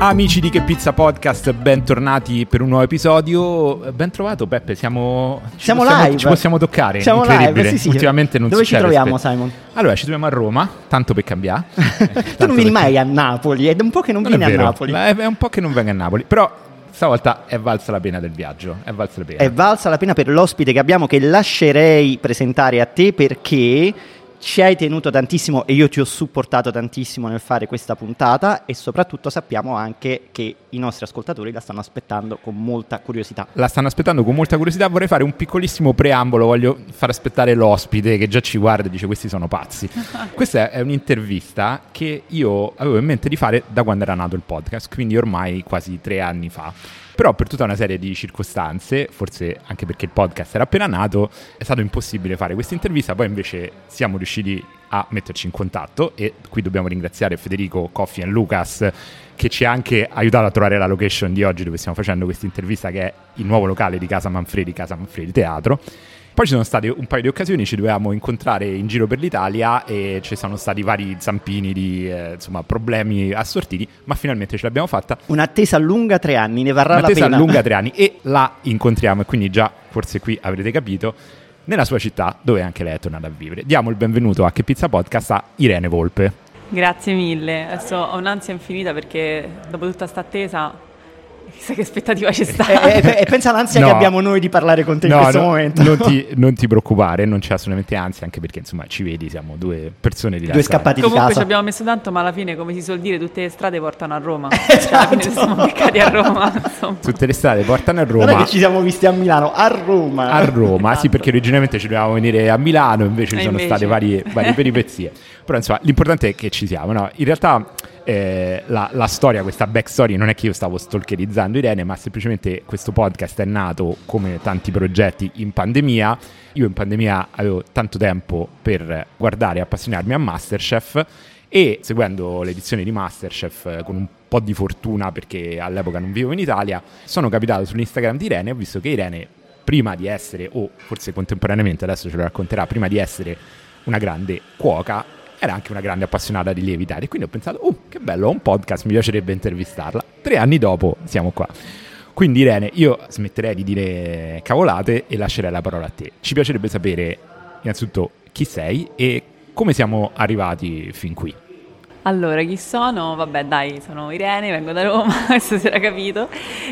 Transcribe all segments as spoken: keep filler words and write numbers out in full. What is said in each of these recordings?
Amici di Che Pizza Podcast, bentornati per un nuovo episodio. Ben trovato Peppe, siamo, ci siamo possiamo, live. Ci possiamo toccare, siamo incredibile. Live, sì, sì. Ultimamente non Dove succede. ci troviamo, aspetta. Simon? Allora, ci troviamo a Roma, tanto per cambiare. Tu non vieni mai a Napoli, è da un po' che non, non vieni è vero, a Napoli. È un po' che non vengo a Napoli, però stavolta è valsa la pena del viaggio, è valsa la pena. È valsa la pena per l'ospite che abbiamo, che lascerei presentare a te perché ci hai tenuto tantissimo e io ti ho supportato tantissimo nel fare questa puntata e soprattutto sappiamo anche che i nostri ascoltatori la stanno aspettando con molta curiosità. La stanno aspettando con molta curiosità. Vorrei fare un piccolissimo preambolo, voglio far aspettare l'ospite che già ci guarda e dice questi sono pazzi. Questa è un'intervista che io avevo in mente di fare da quando era nato il podcast, quindi ormai quasi tre anni fa. Però per tutta una serie di circostanze, forse anche perché il podcast era appena nato, è stato impossibile fare questa intervista. Poi invece siamo riusciti a metterci in contatto e qui dobbiamo ringraziare Federico Coffee and Lucas, che ci ha anche aiutato a trovare la location di oggi dove stiamo facendo questa intervista, che è il nuovo locale di Casa Manfredi, Casa Manfredi Teatro. Poi ci sono state un paio di occasioni, ci dovevamo incontrare in giro per l'Italia e ci sono stati vari zampini di eh, insomma problemi assortiti, ma finalmente ce l'abbiamo fatta. Un'attesa lunga tre anni, ne varrà la pena. Un'attesa lunga tre anni e la incontriamo, e quindi già forse qui avrete capito, nella sua città dove anche lei è tornata a vivere. Diamo il benvenuto a Che Pizza Podcast a Irene Volpe. Grazie mille, adesso ho un'ansia infinita perché dopo tutta sta attesa chissà che aspettativa c'è stata. E, e, e pensa all'ansia no, che abbiamo noi di parlare con te no, in questo no, momento. Non ti, non ti preoccupare, non c'è assolutamente ansia, anche perché insomma ci vedi, siamo due persone diverse. Due scappati Comunque di casa. ci abbiamo messo tanto, ma alla fine, come si suol dire, tutte le strade portano a Roma. Esatto. Cioè, alla fine siamo beccati a Roma, insomma. Tutte le strade portano a Roma. Non è che ci siamo visti a Milano, a Roma. A Roma, Esatto. Sì, perché originalmente ci dovevamo venire a Milano, invece ci sono invece. state varie, varie peripezie. Però insomma l'importante è che ci siamo, no? In realtà eh, la, la storia, questa backstory, non è che io stavo stalkerizzando Irene, ma semplicemente questo podcast è nato, come tanti progetti, in pandemia. Io in pandemia avevo tanto tempo per guardare e appassionarmi a MasterChef e seguendo le edizioni di MasterChef con un po' di fortuna, perché all'epoca non vivevo in Italia, sono capitato sull'Instagram di Irene e ho visto che Irene, prima di essere, o forse contemporaneamente, adesso ce lo racconterà, prima di essere una grande cuoca, era anche una grande appassionata di lievitare. Quindi ho pensato, oh, che bello, ho un podcast, mi piacerebbe intervistarla. Tre anni dopo siamo qua. Quindi Irene, io smetterei di dire cavolate e lascerei la parola a te. Ci piacerebbe sapere innanzitutto chi sei e come siamo arrivati fin qui. Allora, chi sono? Vabbè, dai, sono Irene, vengo da Roma, questo si era capito.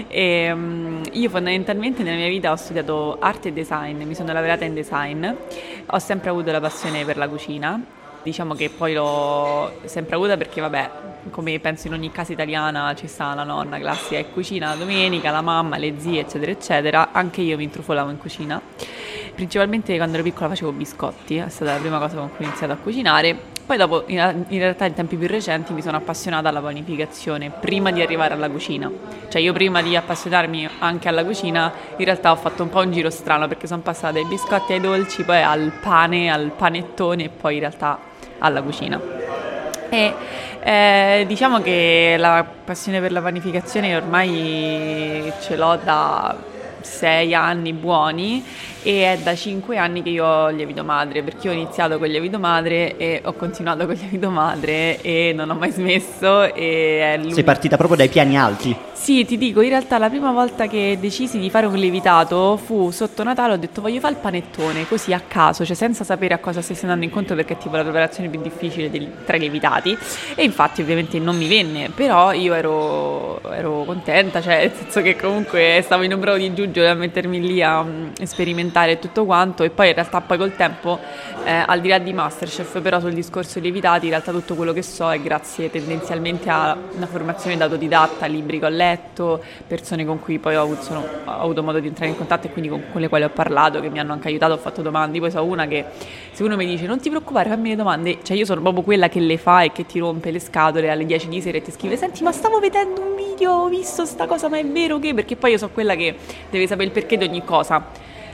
E, um, io fondamentalmente nella mia vita ho studiato arte e design, mi sono laureata in design, ho sempre avuto la passione per la cucina. Diciamo che poi l'ho sempre avuta perché, vabbè, come penso in ogni casa italiana ci sta la nonna classica che cucina la domenica, la mamma, le zie, eccetera, eccetera. Anche io mi intrufolavo in cucina. Principalmente quando ero piccola facevo biscotti, è stata la prima cosa con cui ho iniziato a cucinare. Poi dopo, in, in realtà in tempi più recenti, mi sono appassionata alla panificazione prima di arrivare alla cucina. Cioè io prima di appassionarmi anche alla cucina, in realtà ho fatto un po' un giro strano perché sono passata dai biscotti ai dolci, poi al pane, al panettone e poi in realtà alla cucina. E eh, diciamo che la passione per la panificazione ormai ce l'ho da sei anni buoni e è da cinque anni che io ho il lievito madre, perché io ho iniziato con il lievito madre e ho continuato con il lievito madre e non ho mai smesso. E è Sei partita proprio dai piani alti. Sì, ti dico, in realtà la prima volta che decisi di fare un lievitato fu sotto Natale, ho detto voglio fare il panettone, così a caso, cioè senza sapere a cosa stessi andando incontro, perché è tipo la preparazione più difficile dei, tra i lievitati, e infatti ovviamente non mi venne, però io ero, ero contenta, cioè nel senso che comunque stavo in un bravo di giugno a mettermi lì a um, sperimentare e tutto quanto, e poi in realtà poi col tempo, eh, al di là di MasterChef, però sul discorso lievitati, in realtà tutto quello che so è grazie tendenzialmente a una formazione da autodidatta, libri che ho letto, persone con cui poi ho avuto, sono, ho avuto modo di entrare in contatto e quindi con, con le quali ho parlato, che mi hanno anche aiutato, ho fatto domande. Poi so una che se uno mi dice non ti preoccupare, fammi le domande, cioè io sono proprio quella che le fa e che ti rompe le scatole alle dieci di sera e ti scrive senti ma stavo vedendo un video, ho visto sta cosa, ma è vero che, perché poi io so quella che deve sapere il perché di ogni cosa.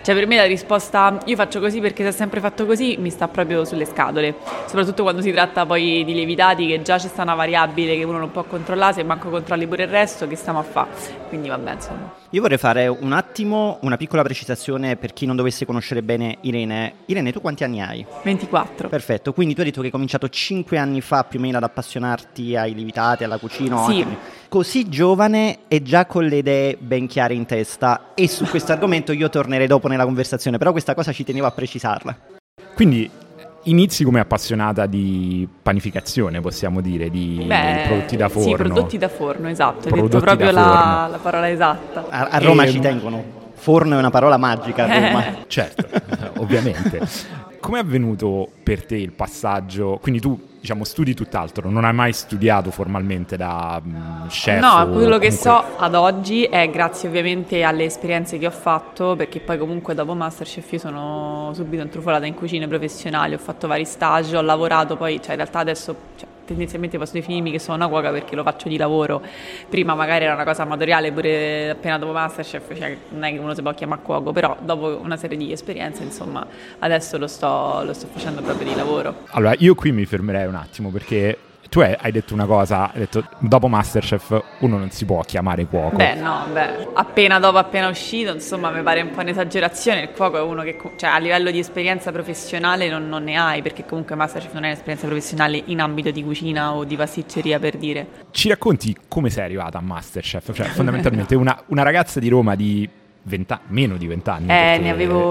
Cioè per me la risposta io faccio così perché se è sempre fatto così mi sta proprio sulle scatole, soprattutto quando si tratta poi di lievitati, che già c'è sta una variabile che uno non può controllare, se manco controlli pure il resto che stiamo a fare, quindi vabbè insomma. Io vorrei fare un attimo una piccola precisazione per chi non dovesse conoscere bene Irene. Irene, tu quanti anni hai? ventiquattro. Perfetto, quindi tu hai detto che hai cominciato cinque anni fa più o meno ad appassionarti ai lievitati, alla cucina. Sì. Anche... Così giovane e già con le idee ben chiare in testa, e su questo argomento io tornerei dopo nella conversazione, però questa cosa ci tenevo a precisarla. Quindi inizi come appassionata di panificazione, possiamo dire, di, Beh, di prodotti da forno. Sì, prodotti da forno, esatto, hai Prodotti detto proprio da la, la parola esatta. A, a Roma E... ci tengono, forno è una parola magica a Roma. Certo, ovviamente. Come è avvenuto per te il passaggio? Quindi tu, diciamo, studi tutt'altro, non hai mai studiato formalmente da um, chef? No, quello che comunque... so ad oggi è grazie ovviamente alle esperienze che ho fatto, perché poi comunque dopo Masterchef io sono subito intrufolata in cucine professionali, ho fatto vari stage, ho lavorato poi, cioè in realtà adesso... Cioè, tendenzialmente posso definirmi che sono una cuoca perché lo faccio di lavoro. Prima magari era una cosa amatoriale, pure appena dopo Masterchef, cioè non è che uno si può chiamare cuoco, però dopo una serie di esperienze, insomma, adesso lo sto, lo sto facendo proprio di lavoro. Allora, io qui mi fermerei un attimo perché tu hai, hai detto una cosa, hai detto dopo Masterchef uno non si può chiamare cuoco. Beh no, beh, appena dopo, appena uscito, insomma mi pare un po' un'esagerazione. Il cuoco è uno che, cioè a livello di esperienza professionale non, non ne hai, perché comunque Masterchef non è un'esperienza professionale in ambito di cucina o di pasticceria, per dire. Ci racconti come sei arrivata a Masterchef? Cioè fondamentalmente una, una ragazza di Roma di venti anni, meno di venti anni. Eh, perché... ne avevo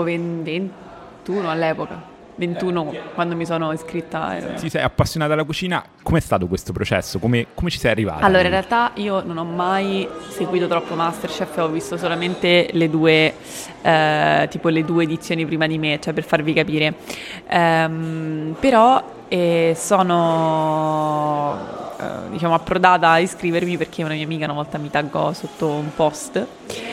ventuno all'epoca. ventuno quando mi sono iscritta. Ero... Ti sei appassionata alla cucina, com'è stato questo processo? Come, come ci sei arrivata? Allora in realtà io non ho mai seguito troppo Masterchef, ho visto solamente le due eh, tipo le due edizioni prima di me, cioè per farvi capire, ehm, però eh, sono eh, diciamo approdata a iscrivermi perché una mia amica una volta mi taggò sotto un post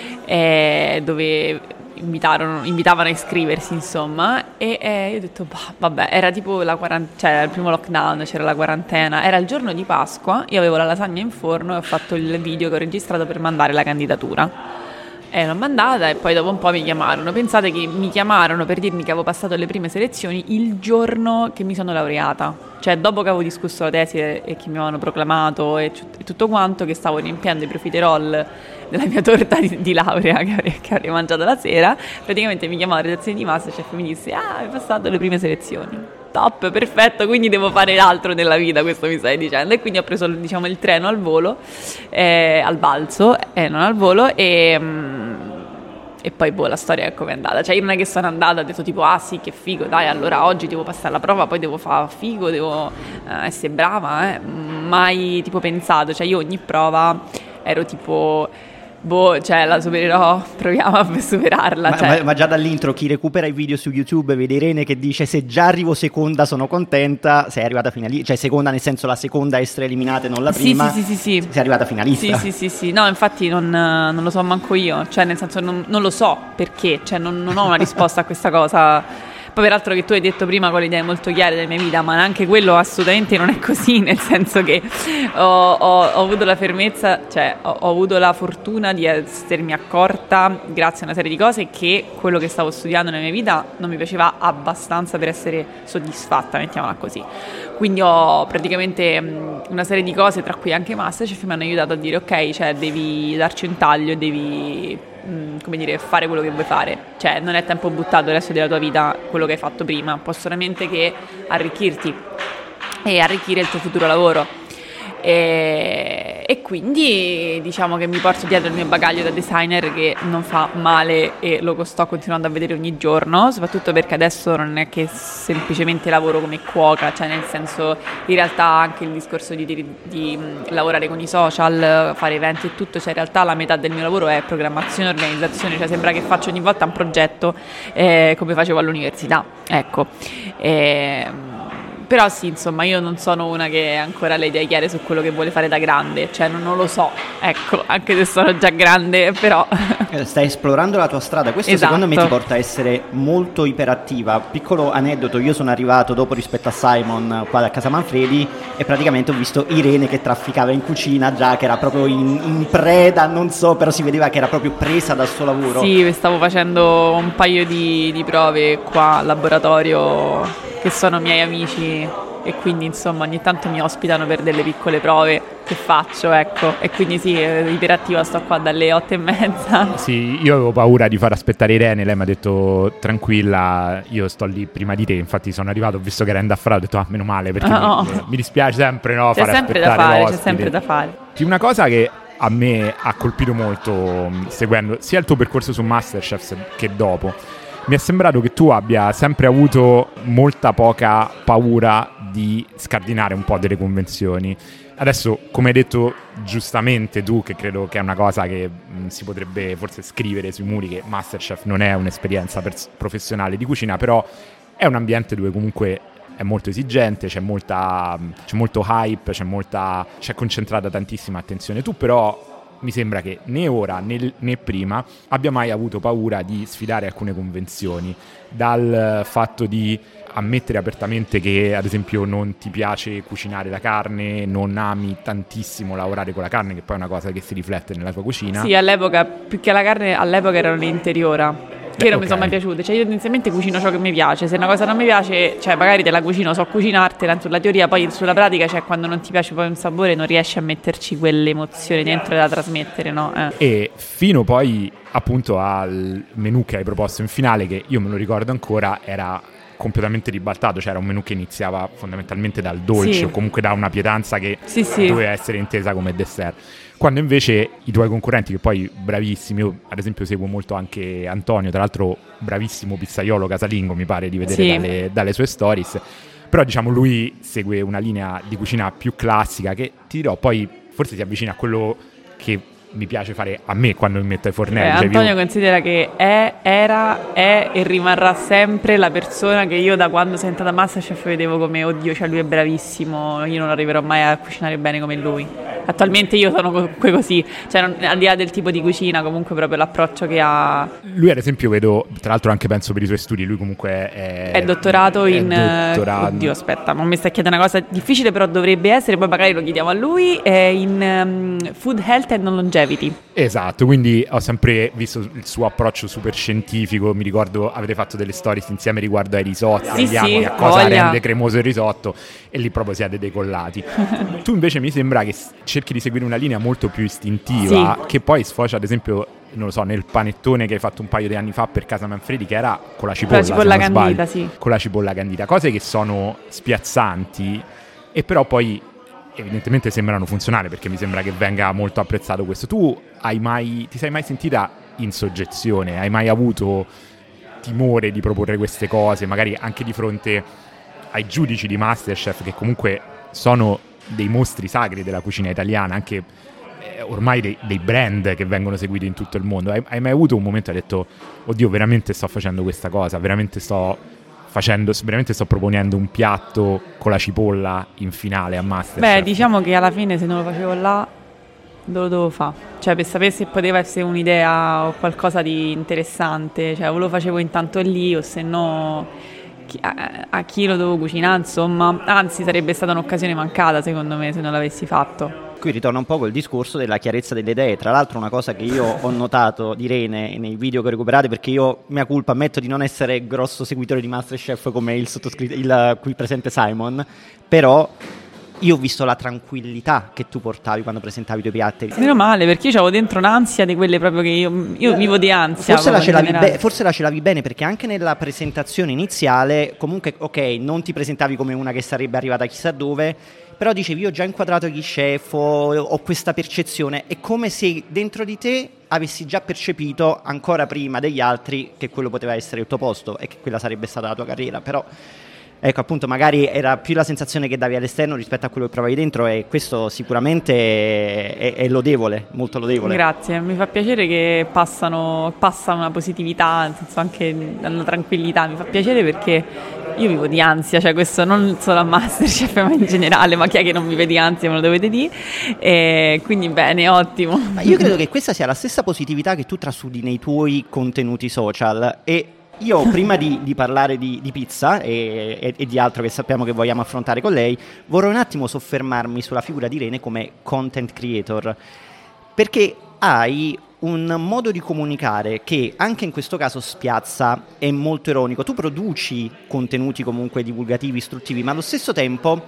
eh, dove Invitarono, invitavano a iscriversi, insomma, e eh, io ho detto, bah, vabbè, era tipo la quarant- cioè era il primo lockdown, c'era la quarantena, era il giorno di Pasqua, io avevo la lasagna in forno e ho fatto il video che ho registrato per mandare la candidatura. E l'ho mandata e poi dopo un po' mi chiamarono. Pensate che mi chiamarono per dirmi che avevo passato le prime selezioni il giorno che mi sono laureata. Cioè dopo che avevo discusso la tesi e, e che mi avevano proclamato e, e tutto quanto, che stavo riempiendo i profiterol della mia torta di, di laurea che avrei, che avrei mangiato la sera, praticamente mi chiamò la redazione di Masterchef e mi disse ah, hai passato le prime selezioni. Top, perfetto, quindi devo fare altro nella vita, questo mi stai dicendo. E quindi ho preso, diciamo, il treno al volo, eh, al balzo, eh, non al volo, e, mm, e poi boh, la storia è come è andata. Cioè io non è che sono andata, ho detto tipo, ah sì, che figo, dai, allora oggi devo passare la prova, poi devo fare figo, devo eh, essere brava, eh. Mai tipo pensato, cioè io ogni prova ero tipo... boh, cioè la supererò, proviamo a superarla. Ma, cioè. ma, ma già dall'intro chi recupera i video su YouTube vede Irene che dice se già arrivo seconda sono contenta, sei arrivata finalista, cioè seconda nel senso la seconda a essere eliminata e non la prima. Sì, sì, sì, sì, sì. Sei arrivata finalista. Sì, sì, sì, sì. No, infatti non, non lo so manco io, cioè nel senso non, non lo so perché, cioè non, non ho una risposta a questa cosa. Poi peraltro che tu hai detto prima con le idee molto chiare della mia vita, ma anche quello assolutamente non è così, nel senso che ho, ho, ho avuto la fermezza, cioè ho, ho avuto la fortuna di essermi accorta, grazie a una serie di cose, che quello che stavo studiando nella mia vita non mi piaceva abbastanza per essere soddisfatta, mettiamola così. Quindi ho praticamente una serie di cose, tra cui anche Masterchef, mi hanno aiutato a dire ok, cioè devi darci un taglio, devi... come dire, fare quello che vuoi fare, cioè non è tempo buttato il resto della tua vita quello che hai fatto prima, può solamente che arricchirti e arricchire il tuo futuro lavoro. E, e quindi diciamo che mi porto dietro il mio bagaglio da designer che non fa male e lo sto continuando a vedere ogni giorno, soprattutto perché adesso non è che semplicemente lavoro come cuoca, cioè nel senso in realtà anche il discorso di, di, di lavorare con i social, fare eventi e tutto, cioè in realtà la metà del mio lavoro è programmazione e organizzazione, cioè sembra che faccio ogni volta un progetto eh, come facevo all'università, ecco. E, però sì, insomma, io non sono una che ha ancora le idee chiare su quello che vuole fare da grande, cioè non, non lo so, ecco, anche se sono già grande, però... Stai esplorando la tua strada, questo esatto. Secondo me ti porta a essere molto iperattiva. Piccolo aneddoto, io sono arrivato dopo rispetto a Simon qua da Casa Manfredi e praticamente ho visto Irene che trafficava in cucina già, che era proprio in, in preda, non so, però si vedeva che era proprio presa dal suo lavoro. Sì, stavo facendo un paio di, di prove qua al laboratorio che sono miei amici e quindi insomma ogni tanto mi ospitano per delle piccole prove che faccio, ecco, e quindi sì, iperattiva, sto qua dalle otto e mezza. Sì, io avevo paura di far aspettare Irene, lei mi ha detto tranquilla, io sto lì prima di te, infatti sono arrivato, ho visto che era indaffarato, ho detto ah meno male perché oh. mi, mi dispiace sempre, no, c'è fare sempre da aspettare fare, l'ospite. c'è sempre da fare. Una cosa che a me ha colpito molto seguendo sia il tuo percorso su MasterChef che dopo, mi è sembrato che tu abbia sempre avuto molta poca paura di scardinare un po' delle convenzioni. Adesso, come hai detto giustamente tu, che credo che è una cosa che mh, si potrebbe forse scrivere sui muri, che MasterChef non è un'esperienza pers- professionale di cucina, però è un ambiente dove comunque è molto esigente, c'è molta c'è molto hype, c'è molta c'è concentrata tantissima attenzione. Tu però mi sembra che né ora né, né prima abbia mai avuto paura di sfidare alcune convenzioni, dal fatto di ammettere apertamente che ad esempio non ti piace cucinare la carne, non ami tantissimo lavorare con la carne, che poi è una cosa che si riflette nella tua cucina. Sì, all'epoca, più che la carne, all'epoca erano le interiora, che non okay. mi sono mai piaciute, cioè io inizialmente cucino ciò che mi piace, se una cosa non mi piace, cioè magari te la cucino, so cucinartela sulla teoria, poi sulla pratica, cioè quando non ti piace poi un sapore non riesci a metterci quell'emozione dentro da trasmettere, no? Eh. E fino poi appunto al menù che hai proposto in finale, che io me lo ricordo ancora, era completamente ribaltato, cioè era un menù che iniziava fondamentalmente dal dolce sì. o comunque da una pietanza che sì, sì. doveva essere intesa come dessert. Quando invece i tuoi concorrenti, che poi bravissimi, io ad esempio seguo molto anche Antonio, tra l'altro bravissimo pizzaiolo casalingo, mi pare di vedere sì. dalle, dalle sue stories, però diciamo lui segue una linea di cucina più classica che ti dirò poi forse si avvicina a quello che mi piace fare a me quando mi metto ai fornelli. Eh, cioè, Antonio io... considera che è, era, è e rimarrà sempre la persona che io da quando sono entrata a MasterChef vedevo come oddio, cioè lui è bravissimo, io non arriverò mai a cucinare bene come lui. Attualmente io sono comunque così, cioè non, al di là del tipo di cucina, comunque proprio l'approccio che ha. Lui ad esempio vedo, tra l'altro anche penso per i suoi studi, lui comunque è, è dottorato è in dottorato. Oddio aspetta, non mi stai chiedendo una cosa difficile, però dovrebbe essere, poi magari lo chiediamo a lui, è in um, Food Health and Longevity. Esatto, quindi ho sempre visto il suo approccio super scientifico, mi ricordo avete fatto delle stories insieme riguardo ai risotti, sì, vediamo sì, a cosa voglia. rende cremoso il risotto e lì proprio siete decollati. Tu invece mi sembra che cerchi di seguire una linea molto più istintiva, sì. che poi sfocia ad esempio, non lo so, nel panettone che hai fatto un paio di anni fa per Casa Manfredi, che era con la cipolla, con la cipolla candita, sbaglio, sì. con la cipolla candita, cose che sono spiazzanti e però poi evidentemente sembrano funzionali, perché mi sembra che venga molto apprezzato questo. Tu hai mai ti sei mai sentita in soggezione? Hai mai avuto timore di proporre queste cose, magari anche di fronte ai giudici di MasterChef, che comunque sono dei mostri sacri della cucina italiana, anche eh, ormai dei, dei brand che vengono seguiti in tutto il mondo? Hai, hai mai avuto un momento e hai detto oddio, veramente sto facendo questa cosa, veramente sto facendo, veramente sto proponendo un piatto con la cipolla in finale a MasterChef? Beh, diciamo che alla fine se non lo facevo là lo dovevo fare, cioè per sapere se poteva essere un'idea o qualcosa di interessante, cioè o lo facevo intanto lì o se no chi, a, a chi lo dovevo cucinare, insomma, anzi sarebbe stata un'occasione mancata secondo me se non l'avessi fatto. Qui ritorna un po' quel discorso della chiarezza delle idee. Tra l'altro una cosa che io ho notato di Irene nei video che recuperate, perché io, mia colpa, ammetto di non essere grosso seguitore di MasterChef come il sottoscritto, il qui presente Simon, però io ho visto la tranquillità che tu portavi quando presentavi i tuoi piatti. Meno male, perché io avevo dentro un'ansia di quelle proprio che io, io vivo di ansia. Forse la, celavi be- forse la celavi bene, perché anche nella presentazione iniziale comunque, ok, non ti presentavi come una che sarebbe arrivata chissà dove, però dicevi io ho già inquadrato gli chef, ho, ho questa percezione, è come se dentro di te avessi già percepito ancora prima degli altri che quello poteva essere il tuo posto e che quella sarebbe stata la tua carriera. Però ecco, appunto, magari era più la sensazione che davi all'esterno rispetto a quello che provavi dentro, e questo sicuramente è, è lodevole, molto lodevole. Grazie, mi fa piacere che passano, passa una positività, nel senso anche una tranquillità, mi fa piacere perché io vivo di ansia, cioè questo non solo a MasterChef ma in generale, ma chi è che non vive di ansia, me lo dovete dire, e quindi bene, ottimo. Ma io credo che questa sia la stessa positività che tu trasudi nei tuoi contenuti social, e io prima di, di parlare di, di pizza e, e, e di altro che sappiamo che vogliamo affrontare con lei, vorrei un attimo soffermarmi sulla figura di Irene come content creator, perché hai un modo di comunicare che anche in questo caso spiazza, è molto ironico. Tu produci contenuti comunque divulgativi, istruttivi, ma allo stesso tempo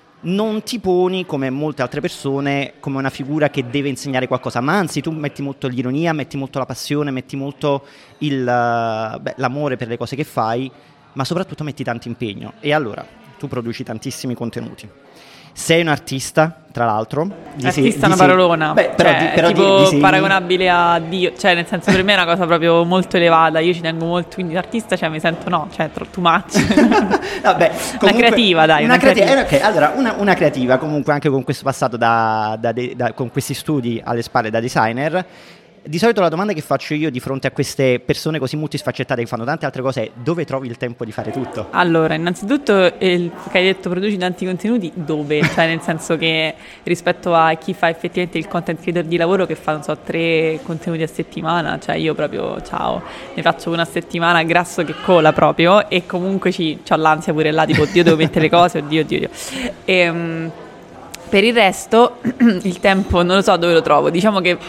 non ti poni come molte altre persone come una figura che deve insegnare qualcosa, ma anzi tu metti molto l'ironia, metti molto la passione, metti molto il, beh, l'amore per le cose che fai, ma soprattutto metti tanto impegno. E allora tu produci tantissimi contenuti. Sei un artista, tra l'altro. Artista è una parolona. Beh, però, cioè, di, però tipo di, di sei... paragonabile a Dio. Cioè, nel senso, per me è una cosa proprio molto elevata. Io ci tengo molto, quindi artista, cioè, mi sento no, cioè, too much. Vabbè, comunque, una creativa, dai. Una, una creativa. creativa. Eh, okay, allora, una, una creativa, comunque, anche con questo passato da, da, da, con questi studi alle spalle da designer. Di solito la domanda che faccio io di fronte a queste persone così multisfaccettate che fanno tante altre cose è: dove trovi il tempo di fare tutto? Allora, innanzitutto il, che hai detto produci tanti contenuti, dove? Cioè nel senso che rispetto a chi fa effettivamente il content creator di lavoro che fa, non so, tre contenuti a settimana, cioè io proprio, ciao, ne faccio una a settimana, grasso che cola proprio, e comunque ci, c'ho l'ansia pure là, tipo, oddio devo mettere le cose, oddio, oddio, oddio. E, um, per il resto il tempo non lo so dove lo trovo, diciamo che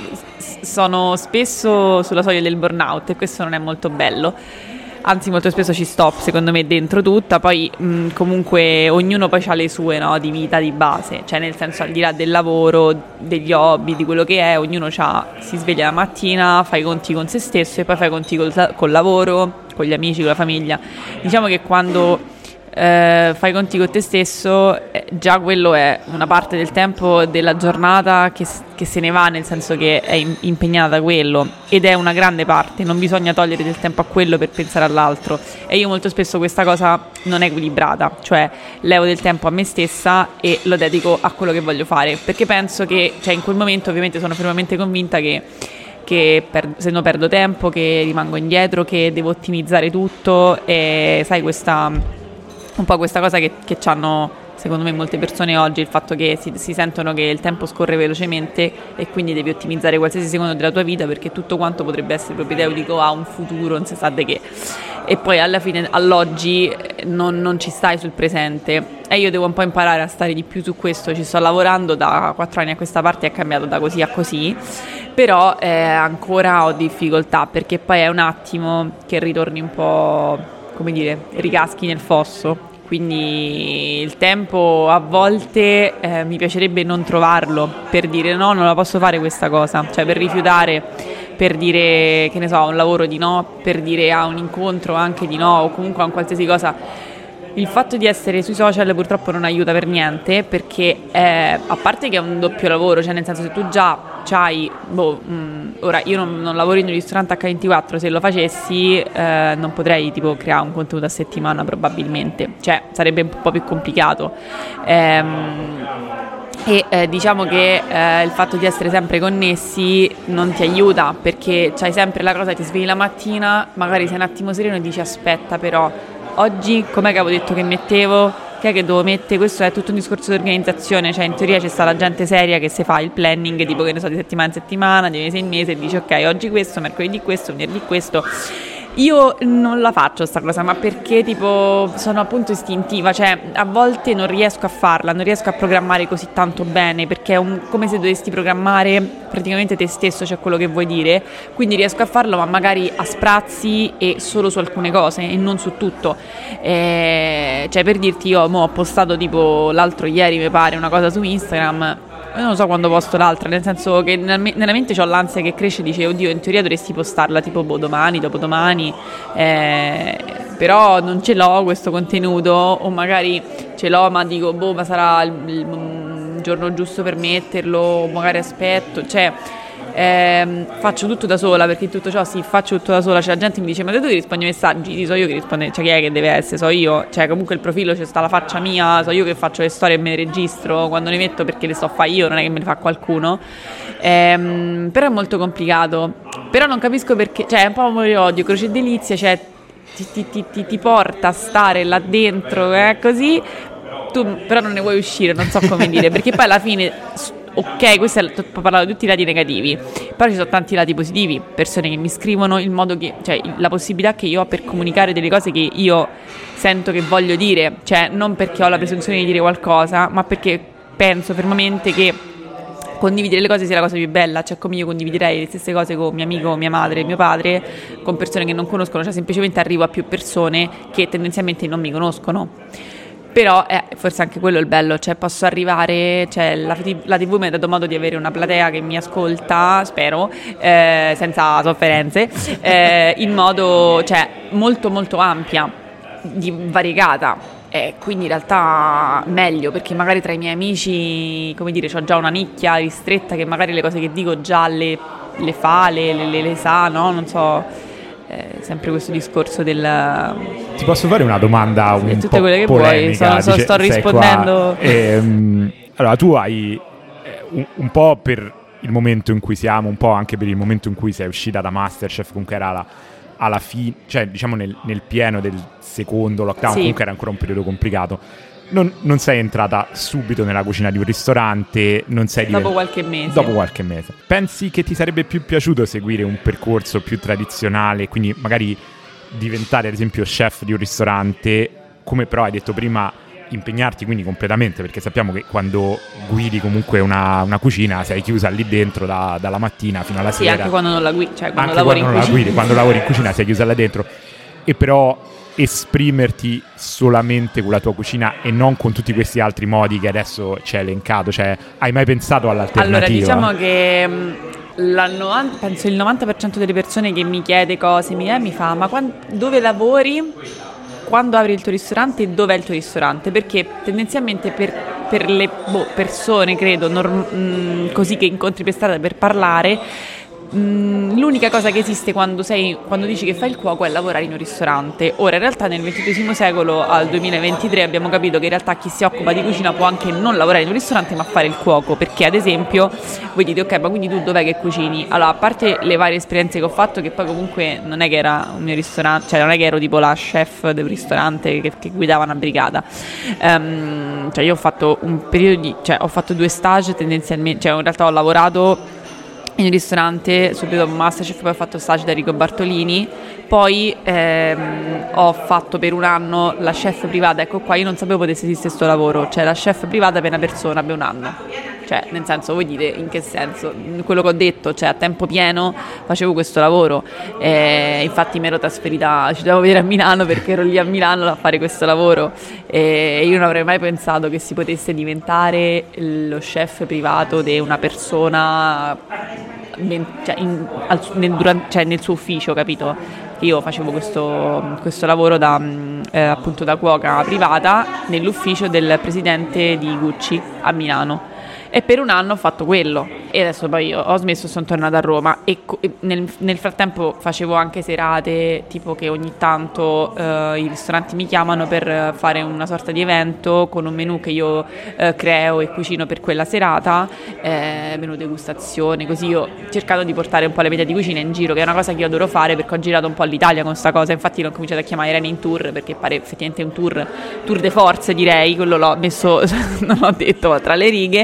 sono spesso sulla soglia del burnout e questo non è molto bello, anzi molto spesso ci sto secondo me dentro tutta, poi mh, comunque ognuno poi ha le sue, no, di vita di base, cioè nel senso al di là del lavoro, degli hobby, di quello che è, ognuno c'ha, si sveglia la mattina, fa i conti con se stesso e poi fa i conti col, col lavoro, con gli amici, con la famiglia. Diciamo che quando Eh, fai i conti con te stesso, eh, già quello è una parte del tempo della giornata che, che se ne va, nel senso che è in, impegnata da quello, ed è una grande parte, non bisogna togliere del tempo a quello per pensare all'altro, e io molto spesso questa cosa non è equilibrata, cioè levo del tempo a me stessa e lo dedico a quello che voglio fare, perché penso che, cioè in quel momento ovviamente sono fermamente convinta che che per, se no perdo tempo, che rimango indietro, che devo ottimizzare tutto, e sai questa un po' questa cosa che, che c'hanno secondo me molte persone oggi, il fatto che si, si sentono che il tempo scorre velocemente e quindi devi ottimizzare qualsiasi secondo della tua vita perché tutto quanto potrebbe essere propedeutico a un futuro, non si sa di che, e poi alla fine all'oggi non, non ci stai sul presente, e io devo un po' imparare a stare di più su questo. Ci sto lavorando da quattro anni a questa parte, è cambiato da così a così, però eh, ancora ho difficoltà, perché poi è un attimo che ritorni un po', come dire, ricaschi nel fosso. Quindi il tempo a volte eh, mi piacerebbe non trovarlo, per dire no, non la posso fare questa cosa, cioè per rifiutare, per dire che ne so, a un lavoro di no, per dire a un incontro anche di no, o comunque a un qualsiasi cosa. Il fatto di essere sui social purtroppo non aiuta per niente, perché eh, a parte che è un doppio lavoro, cioè nel senso, se tu già c'hai, boh, mh, ora io non, non lavoro in un ristorante acca ventiquattro, se lo facessi eh, non potrei tipo creare un contenuto a settimana probabilmente, cioè sarebbe un po' più complicato. Ehm, E eh, diciamo che eh, il fatto di essere sempre connessi non ti aiuta, perché c'hai sempre la cosa, ti svegli la mattina, magari sei un attimo sereno e dici aspetta però oggi com'è che avevo detto che mettevo, che è che devo mettere, questo è tutto un discorso di organizzazione, cioè in teoria c'è sta la gente seria che se fa il planning tipo che ne so di settimana in settimana, di mese in mese, e dici ok oggi questo, mercoledì questo, venerdì questo. Io non la faccio sta cosa, ma perché tipo sono appunto istintiva, cioè a volte non riesco a farla, non riesco a programmare così tanto bene, perché è un, come se dovessi programmare praticamente te stesso, cioè quello che vuoi dire, quindi riesco a farlo ma magari a sprazzi e solo su alcune cose e non su tutto. E, cioè per dirti, io mo ho postato tipo l'altro ieri mi pare una cosa su Instagram, non so quando posto l'altra, nel senso che nella mente c'ho l'ansia che cresce e dice oddio in teoria dovresti postarla tipo boh, domani, dopodomani, eh, però non ce l'ho questo contenuto, o magari ce l'ho ma dico boh ma sarà il, il giorno giusto per metterlo, magari aspetto, cioè ehm, faccio tutto da sola, perché in tutto ciò sì faccio tutto da sola, cioè la gente mi dice ma te tu rispondi ai messaggi, sì, so io che risponde, cioè chi è che deve essere, so io, cioè comunque il profilo c'è sta la faccia mia, so io che faccio le storie e me le registro quando le metto perché le so fare io, non è che me le fa qualcuno, ehm, però è molto complicato, però non capisco perché, cioè è un po' amore e odio, Croce e Delizia, cioè ti, ti, ti, ti, ti porta a stare là dentro, eh, così tu però non ne vuoi uscire, non so come dire, perché poi alla fine ok, questo è, ho parlato di tutti i lati negativi, Però ci sono tanti lati positivi, persone che mi scrivono, il modo che, cioè la possibilità che io ho per comunicare delle cose che io sento che voglio dire, cioè non perché ho la presunzione di dire qualcosa, ma perché penso fermamente che condividere le cose sia la cosa più bella, cioè come io condividerei le stesse cose con mio amico, mia madre, mio padre, con persone che non conoscono, cioè semplicemente arrivo a più persone che tendenzialmente non mi conoscono. Però eh, forse anche quello è il bello, cioè posso arrivare, cioè la, la tivù mi ha dato modo di avere una platea che mi ascolta, spero, eh, senza sofferenze, eh, in modo cioè molto molto ampia, di, variegata, e quindi in realtà meglio, perché magari tra i miei amici, come dire, ho già una nicchia ristretta che magari le cose che dico già le, le fa, le, le, le sa, no? Non so... Eh, sempre questo discorso del... Ti posso fare una domanda un tutte po' quelle che polemica? vuoi, so, so, sto rispondendo. Ehm, allora tu hai eh, un, un po' per il momento in cui siamo, un po' anche per il momento in cui sei uscita da MasterChef, comunque era la, alla fine, cioè diciamo nel, nel pieno del secondo lockdown, sì. Comunque era ancora un periodo complicato. Non, non sei entrata subito nella cucina di un ristorante, non sei dopo divent... qualche mese. Dopo qualche mese. Pensi che ti sarebbe più piaciuto seguire un percorso più tradizionale, quindi magari diventare ad esempio chef di un ristorante, come però hai detto prima, impegnarti quindi completamente, perché sappiamo che quando guidi comunque una, una cucina sei chiusa lì dentro da, dalla mattina fino alla sì, sera. Sì, anche quando non la guidi, cioè quando anche lavori quando in non cucina. la guidi, quando lavori in cucina sei chiusa là dentro, e però esprimerti solamente con la tua cucina e non con tutti questi altri modi che adesso ci hai elencato, cioè hai mai pensato all'alternativa? Allora diciamo che mh, la novanta, penso il novanta per cento delle persone che mi chiede cose mi, eh, mi fa ma quando, dove lavori, quando apri il tuo ristorante e dov'è il tuo ristorante? Perché tendenzialmente per, per le boh, persone credo norm, mh, così che incontri per strada per parlare, Mm, l'unica cosa che esiste quando, sei, quando dici che fai il cuoco è lavorare in un ristorante. Ora in realtà nel ventitreesimo secolo al duemilaventitré abbiamo capito che in realtà chi si occupa di cucina può anche non lavorare in un ristorante ma fare il cuoco, perché ad esempio voi dite ok ma quindi tu dov'è che cucini? Allora a parte le varie esperienze che ho fatto, che poi comunque non è che era un mio ristorante, cioè non è che ero tipo la chef del ristorante che, che guidava una brigata, um, cioè io ho fatto un periodo di, cioè ho fatto due stage tendenzialmente, cioè in realtà ho lavorato in un ristorante subito dopo MasterChef, poi ho fatto stage da Rico Bartolini, poi ehm, ho fatto per un anno la chef privata. Ecco qua, io non sapevo potesse esistere questo lavoro, cioè la chef privata per una persona per un anno, cioè nel senso, voi dite in che senso? Quello che ho detto, cioè a tempo pieno facevo questo lavoro, e infatti mi ero trasferita, ci devo vedere a Milano perché ero lì a Milano a fare questo lavoro, e io non avrei mai pensato che si potesse diventare lo chef privato di una persona, cioè, in, al, nel, durante, cioè nel suo ufficio, capito? Io facevo questo, questo lavoro da, eh, appunto da cuoca privata nell'ufficio del presidente di Gucci a Milano, e per un anno ho fatto quello, e adesso poi ho smesso e sono tornata a Roma, e co- nel, nel frattempo facevo anche serate, tipo che ogni tanto eh, i ristoranti mi chiamano per fare una sorta di evento con un menù che io eh, creo e cucino per quella serata, eh, menù degustazione, così io ho cercato di portare un po' le medie di cucina in giro, che è una cosa che io adoro fare perché ho girato un po' l'Italia con sta cosa, infatti l'ho cominciato a chiamare Irene in tour perché pare effettivamente un tour, tour de force direi, quello l'ho messo, non l'ho detto tra le righe.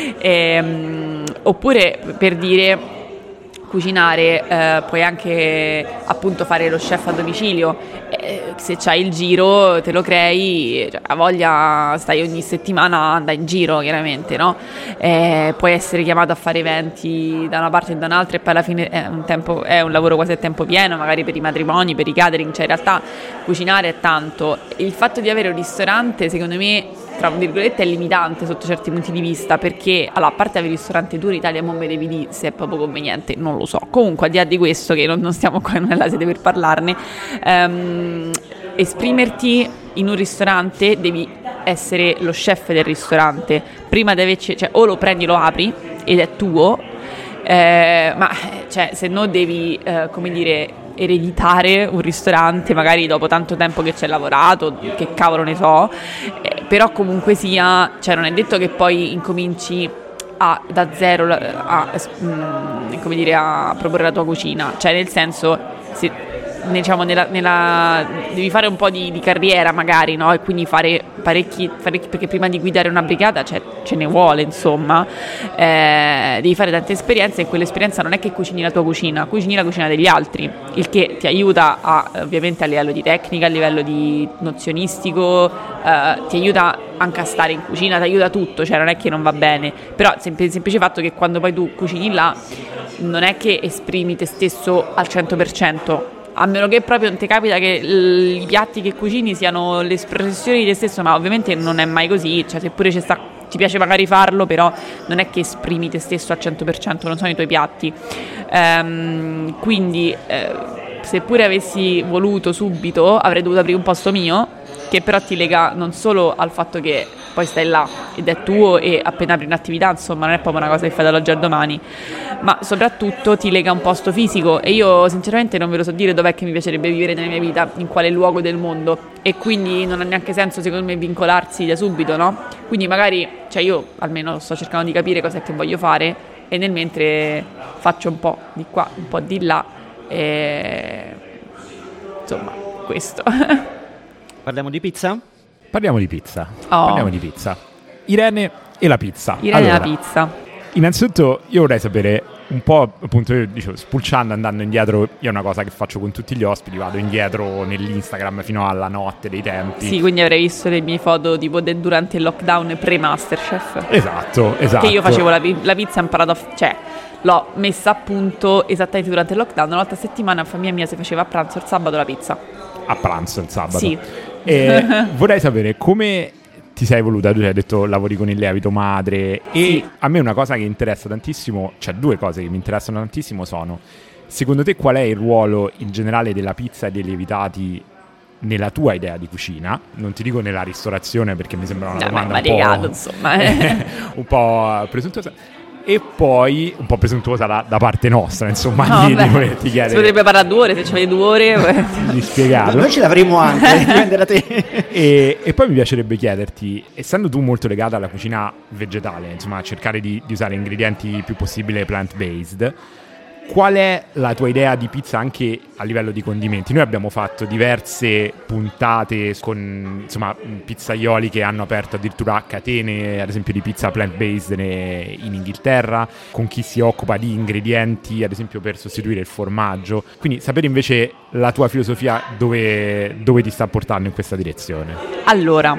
Ehm, oppure per dire cucinare, eh, puoi anche appunto fare lo chef a domicilio, eh, se c'hai il giro te lo crei, cioè, a voglia stai ogni settimana andai in giro chiaramente, no? Eh, puoi essere chiamato a fare eventi da una parte e da un'altra, e poi alla fine è un, tempo, è un lavoro quasi a tempo pieno, magari per i matrimoni, per i catering, cioè in realtà cucinare è tanto. Il fatto di avere un ristorante secondo me tra virgolette è limitante sotto certi punti di vista, perché allora, a parte avere il ristorante tu in Italia non mi devi dire se è proprio conveniente, non lo so, comunque al di là di questo che non, non stiamo qua nella sede per parlarne, ehm, esprimerti in un ristorante devi essere lo chef del ristorante prima di averci, cioè o lo prendi lo apri ed è tuo, eh, ma cioè se no devi eh, come dire ereditare un ristorante magari dopo tanto tempo che ci hai lavorato, che cavolo ne so, eh, però comunque sia, cioè non è detto che poi incominci a, da zero a, a, come dire, a proporre la tua cucina, cioè nel senso se diciamo, nella, nella, devi fare un po' di, di carriera magari, no? E quindi fare parecchi, parecchi, perché prima di guidare una brigata cioè, ce ne vuole, insomma, eh, devi fare tante esperienze e quell'esperienza non è che cucini la tua cucina, cucini la cucina degli altri, il che ti aiuta a, ovviamente a livello di tecnica, a livello di nozionistico, eh, ti aiuta anche a stare in cucina, ti aiuta tutto, cioè non è che non va bene, però il semplice fatto che quando poi tu cucini là non è che esprimi te stesso al cento per cento, a meno che proprio non ti capita che l- i piatti che cucini siano l'espressione di te stesso, ma ovviamente non è mai così, cioè seppure ci sta, ti piace magari farlo, però non è che esprimi te stesso al cento per cento, non sono i tuoi piatti. Ehm, quindi eh, seppure avessi voluto subito avrei dovuto aprire un posto mio, che però ti lega non solo al fatto che poi stai là ed è tuo e appena apri un'attività, insomma, non è proprio una cosa che fai dall'oggi al domani, ma soprattutto ti lega un posto fisico, e io sinceramente non ve lo so dire dov'è che mi piacerebbe vivere nella mia vita, in quale luogo del mondo, e quindi non ha neanche senso secondo me vincolarsi da subito, no? Quindi magari, cioè io almeno sto cercando di capire cos'è che voglio fare e nel mentre faccio un po' di qua, un po' di là e insomma questo. Parliamo di pizza? Parliamo di pizza. Oh. Parliamo di pizza. Irene e la pizza. Irene allora, e la pizza. Innanzitutto io vorrei sapere un po', appunto, io dicevo, spulciando, andando indietro, io è una cosa che faccio con tutti gli ospiti, vado indietro nell'Instagram fino alla notte dei tempi. Sì, quindi avrei visto le mie foto tipo de- durante il lockdown pre-Masterchef. Esatto, esatto. Che io facevo la, pi- la pizza, ho imparato a f- cioè l'ho messa a punto esattamente durante il lockdown, una volta a settimana a famiglia mia si faceva a pranzo il sabato la pizza. A pranzo il sabato. Sì. E vorrei sapere come ti sei evoluta, tu hai detto lavori con il lievito madre, e Sì. a me una cosa che interessa tantissimo, cioè due cose che mi interessano tantissimo sono, secondo te qual è il ruolo in generale della pizza e dei lievitati nella tua idea di cucina? Non ti dico nella ristorazione perché mi sembra una No, domanda ma un variegato, po', insomma, eh. un po' presuntuosa. E poi un po' presuntuosa da, da parte nostra, insomma, No, di, beh, di volerti chiedere si potrebbe parlare due ore, se ci avete due ore. di spiegarlo. Noi ce l'avremo anche, dipende da te. E, e poi mi piacerebbe chiederti, essendo tu molto legata alla cucina vegetale, insomma, cercare di, di usare ingredienti il più possibile plant-based, qual è la tua idea di pizza anche a livello di condimenti? Noi abbiamo fatto diverse puntate con, insomma, pizzaioli che hanno aperto addirittura catene, ad esempio di pizza plant-based in Inghilterra, con chi si occupa di ingredienti, ad esempio per sostituire il formaggio. Quindi sapere invece la tua filosofia dove, dove ti sta portando in questa direzione. Allora,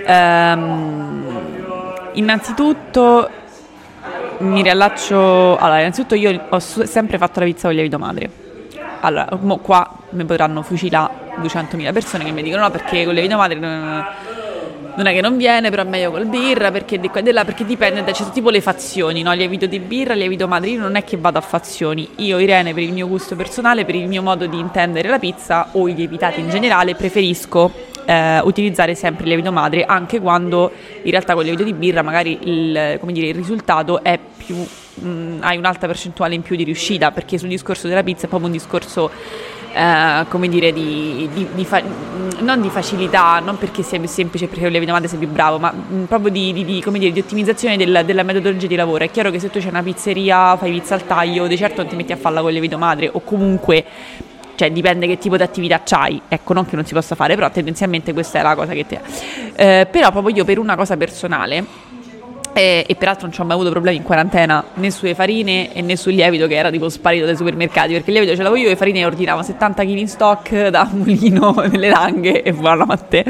ehm, innanzitutto mi riallaccio. Allora, innanzitutto io ho su- sempre fatto la pizza con lievito madre. Allora, mo qua mi potranno fucilare duecentomila persone che mi dicono no, perché con lievito madre non, non è che non viene, però è meglio col birra, perché di qua e di là, perché dipende, da, c'è tipo le fazioni, no? Lievito di birra, lievito madre. Io non è che vado a fazioni. Io, Irene, per il mio gusto personale, per il mio modo di intendere la pizza o i lievitati in generale, preferisco Eh, utilizzare sempre il lievito madre, anche quando in realtà con il lievito di birra magari il, come dire, il risultato è più mh, hai un'alta percentuale in più di riuscita, perché sul discorso della pizza è proprio un discorso eh, come dire di, di, di fa- non di facilità, non perché sia più semplice perché il lievito madre sei più bravo, ma mh, proprio di, di, di, come dire, di ottimizzazione del, della metodologia di lavoro. È chiaro che se tu c'è una pizzeria, fai pizza al taglio, di certo non ti metti a farla con il lievito madre, o comunque, cioè dipende che tipo di attività c'hai, ecco, non che non si possa fare, però tendenzialmente questa è la cosa che te eh, però proprio io per una cosa personale eh, e peraltro non ci ho mai avuto problemi in quarantena né sulle farine e né sul lievito che era tipo sparito dai supermercati, perché il lievito ce l'avevo io e le farine ordinavo settanta chili in stock da mulino nelle Langhe e buona a te.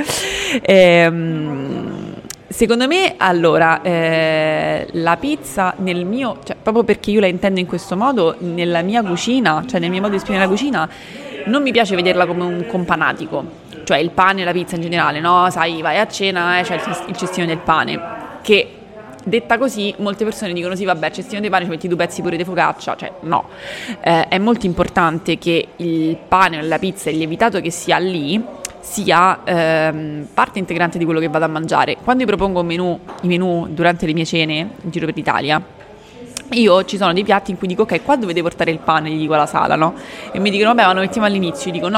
ehm Secondo me, allora, eh, la pizza nel mio, cioè proprio perché io la intendo in questo modo, nella mia cucina, cioè nel mio modo di esprimere la cucina, non mi piace vederla come un companatico, cioè il pane e la pizza in generale, no? Sai, vai a cena e eh, c'è il, il cestino del pane, che detta così molte persone dicono sì vabbè, cestino di pane ci metti due pezzi pure di focaccia, cioè no, eh, è molto importante che il pane o la pizza, il lievitato che sia lì, sia ehm, parte integrante di quello che vado a mangiare. Quando io propongo un menù, i menù durante le mie cene in giro per l'Italia, io ci sono dei piatti in cui dico ok, qua dovete portare il pane, gli dico alla sala, no? E mi dicono vabbè, ma lo mettiamo all'inizio. Io dico no,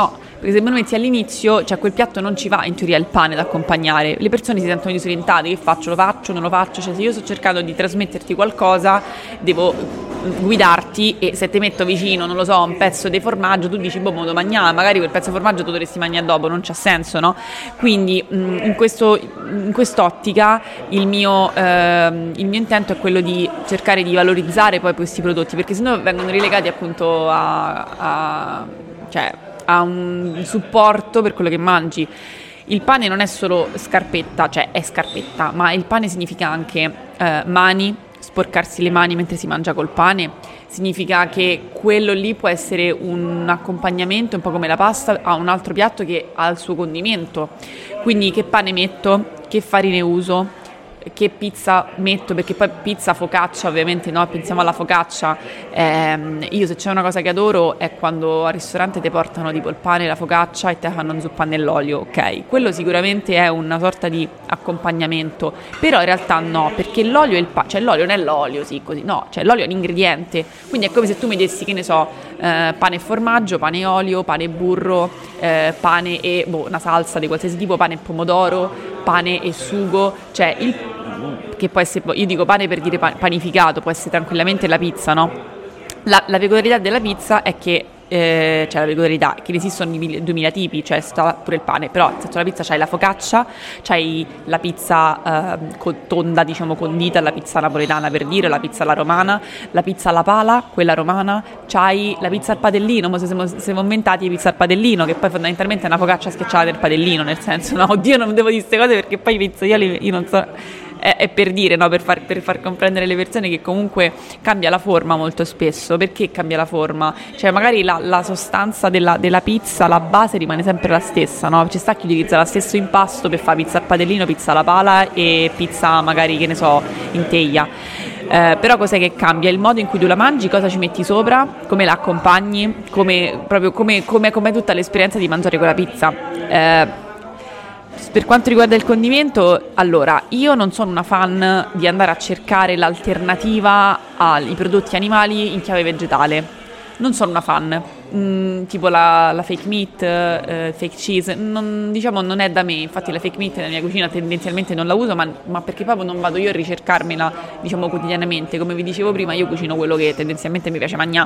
perché se me lo metti all'inizio, cioè quel piatto non ci va in teoria il pane da accompagnare, le persone si sentono disorientate, che faccio, lo faccio, non lo faccio, cioè se io sto cercando di trasmetterti qualcosa devo guidarti, e se ti metto vicino, non lo so, un pezzo di formaggio, tu dici boh, me lo mangiare, magari quel pezzo di formaggio tu dovresti mangiare dopo, non c'ha senso, no? Quindi mh, in, questo, in quest'ottica il mio, eh, il mio intento è quello di cercare di valorizzare poi questi prodotti, perché sennò vengono relegati appunto a, a, cioè, a un supporto per quello che mangi. Il pane non è solo scarpetta, cioè è scarpetta, ma il pane significa anche eh, mani, sporcarsi le mani mentre si mangia col pane, significa che quello lì può essere un accompagnamento, un po' come la pasta, a un altro piatto che ha il suo condimento. Quindi che pane metto, che farine uso, che pizza metto, perché poi pizza, focaccia, ovviamente no, pensiamo alla focaccia. Ehm, io se c'è una cosa che adoro è quando al ristorante ti portano tipo il pane e la focaccia e te fanno un zuppa nell'olio, ok? Quello sicuramente è una sorta di accompagnamento, però in realtà no, perché l'olio e il pane, cioè l'olio non è l'olio, sì, così, no, cioè l'olio è un ingrediente, quindi è come se tu mi dessi, che ne so, eh, pane e formaggio, pane e olio, pane e burro, eh, pane e boh, una salsa di qualsiasi tipo, pane e pomodoro, pane e sugo, cioè il, che può essere, io dico pane per dire panificato, può essere tranquillamente la pizza, no? La, la peculiarità della pizza è che eh, cioè la peculiarità è che ne esistono duemila tipi, cioè sta pure il pane, però sotto la pizza c'hai la focaccia, c'hai la pizza eh, con, tonda, diciamo condita, la pizza napoletana per dire, la pizza alla romana, la pizza alla pala, quella romana, c'hai la pizza al padellino, ma se siamo, siamo inventati pizza al padellino, che poi fondamentalmente è una focaccia schiacciata del padellino, nel senso, no, oddio non devo dire queste cose perché poi i pizzaioli, io non so... è per dire, no? per, far, per far comprendere alle persone che comunque cambia la forma molto spesso. Perché cambia la forma? Cioè magari la, la sostanza della, della pizza, la base rimane sempre la stessa, no? Ci sta chi utilizza lo stesso impasto per fare pizza al padellino, pizza alla pala e pizza magari, che ne so, in teglia. Eh, però cos'è che cambia? Il modo in cui tu la mangi, cosa ci metti sopra, come la accompagni, come, proprio come, come, come tutta l'esperienza di mangiare quella pizza. Eh, Per quanto riguarda il condimento, allora, io non sono una fan di andare a cercare l'alternativa ai prodotti animali in chiave vegetale. Non sono una fan. Mm, tipo la, la fake meat, eh, fake cheese, non, diciamo non è da me. Infatti la fake meat nella mia cucina tendenzialmente non la uso, ma, ma perché proprio non vado io a ricercarmela, diciamo, quotidianamente. Come vi dicevo prima, io cucino quello che tendenzialmente mi piace mangiare.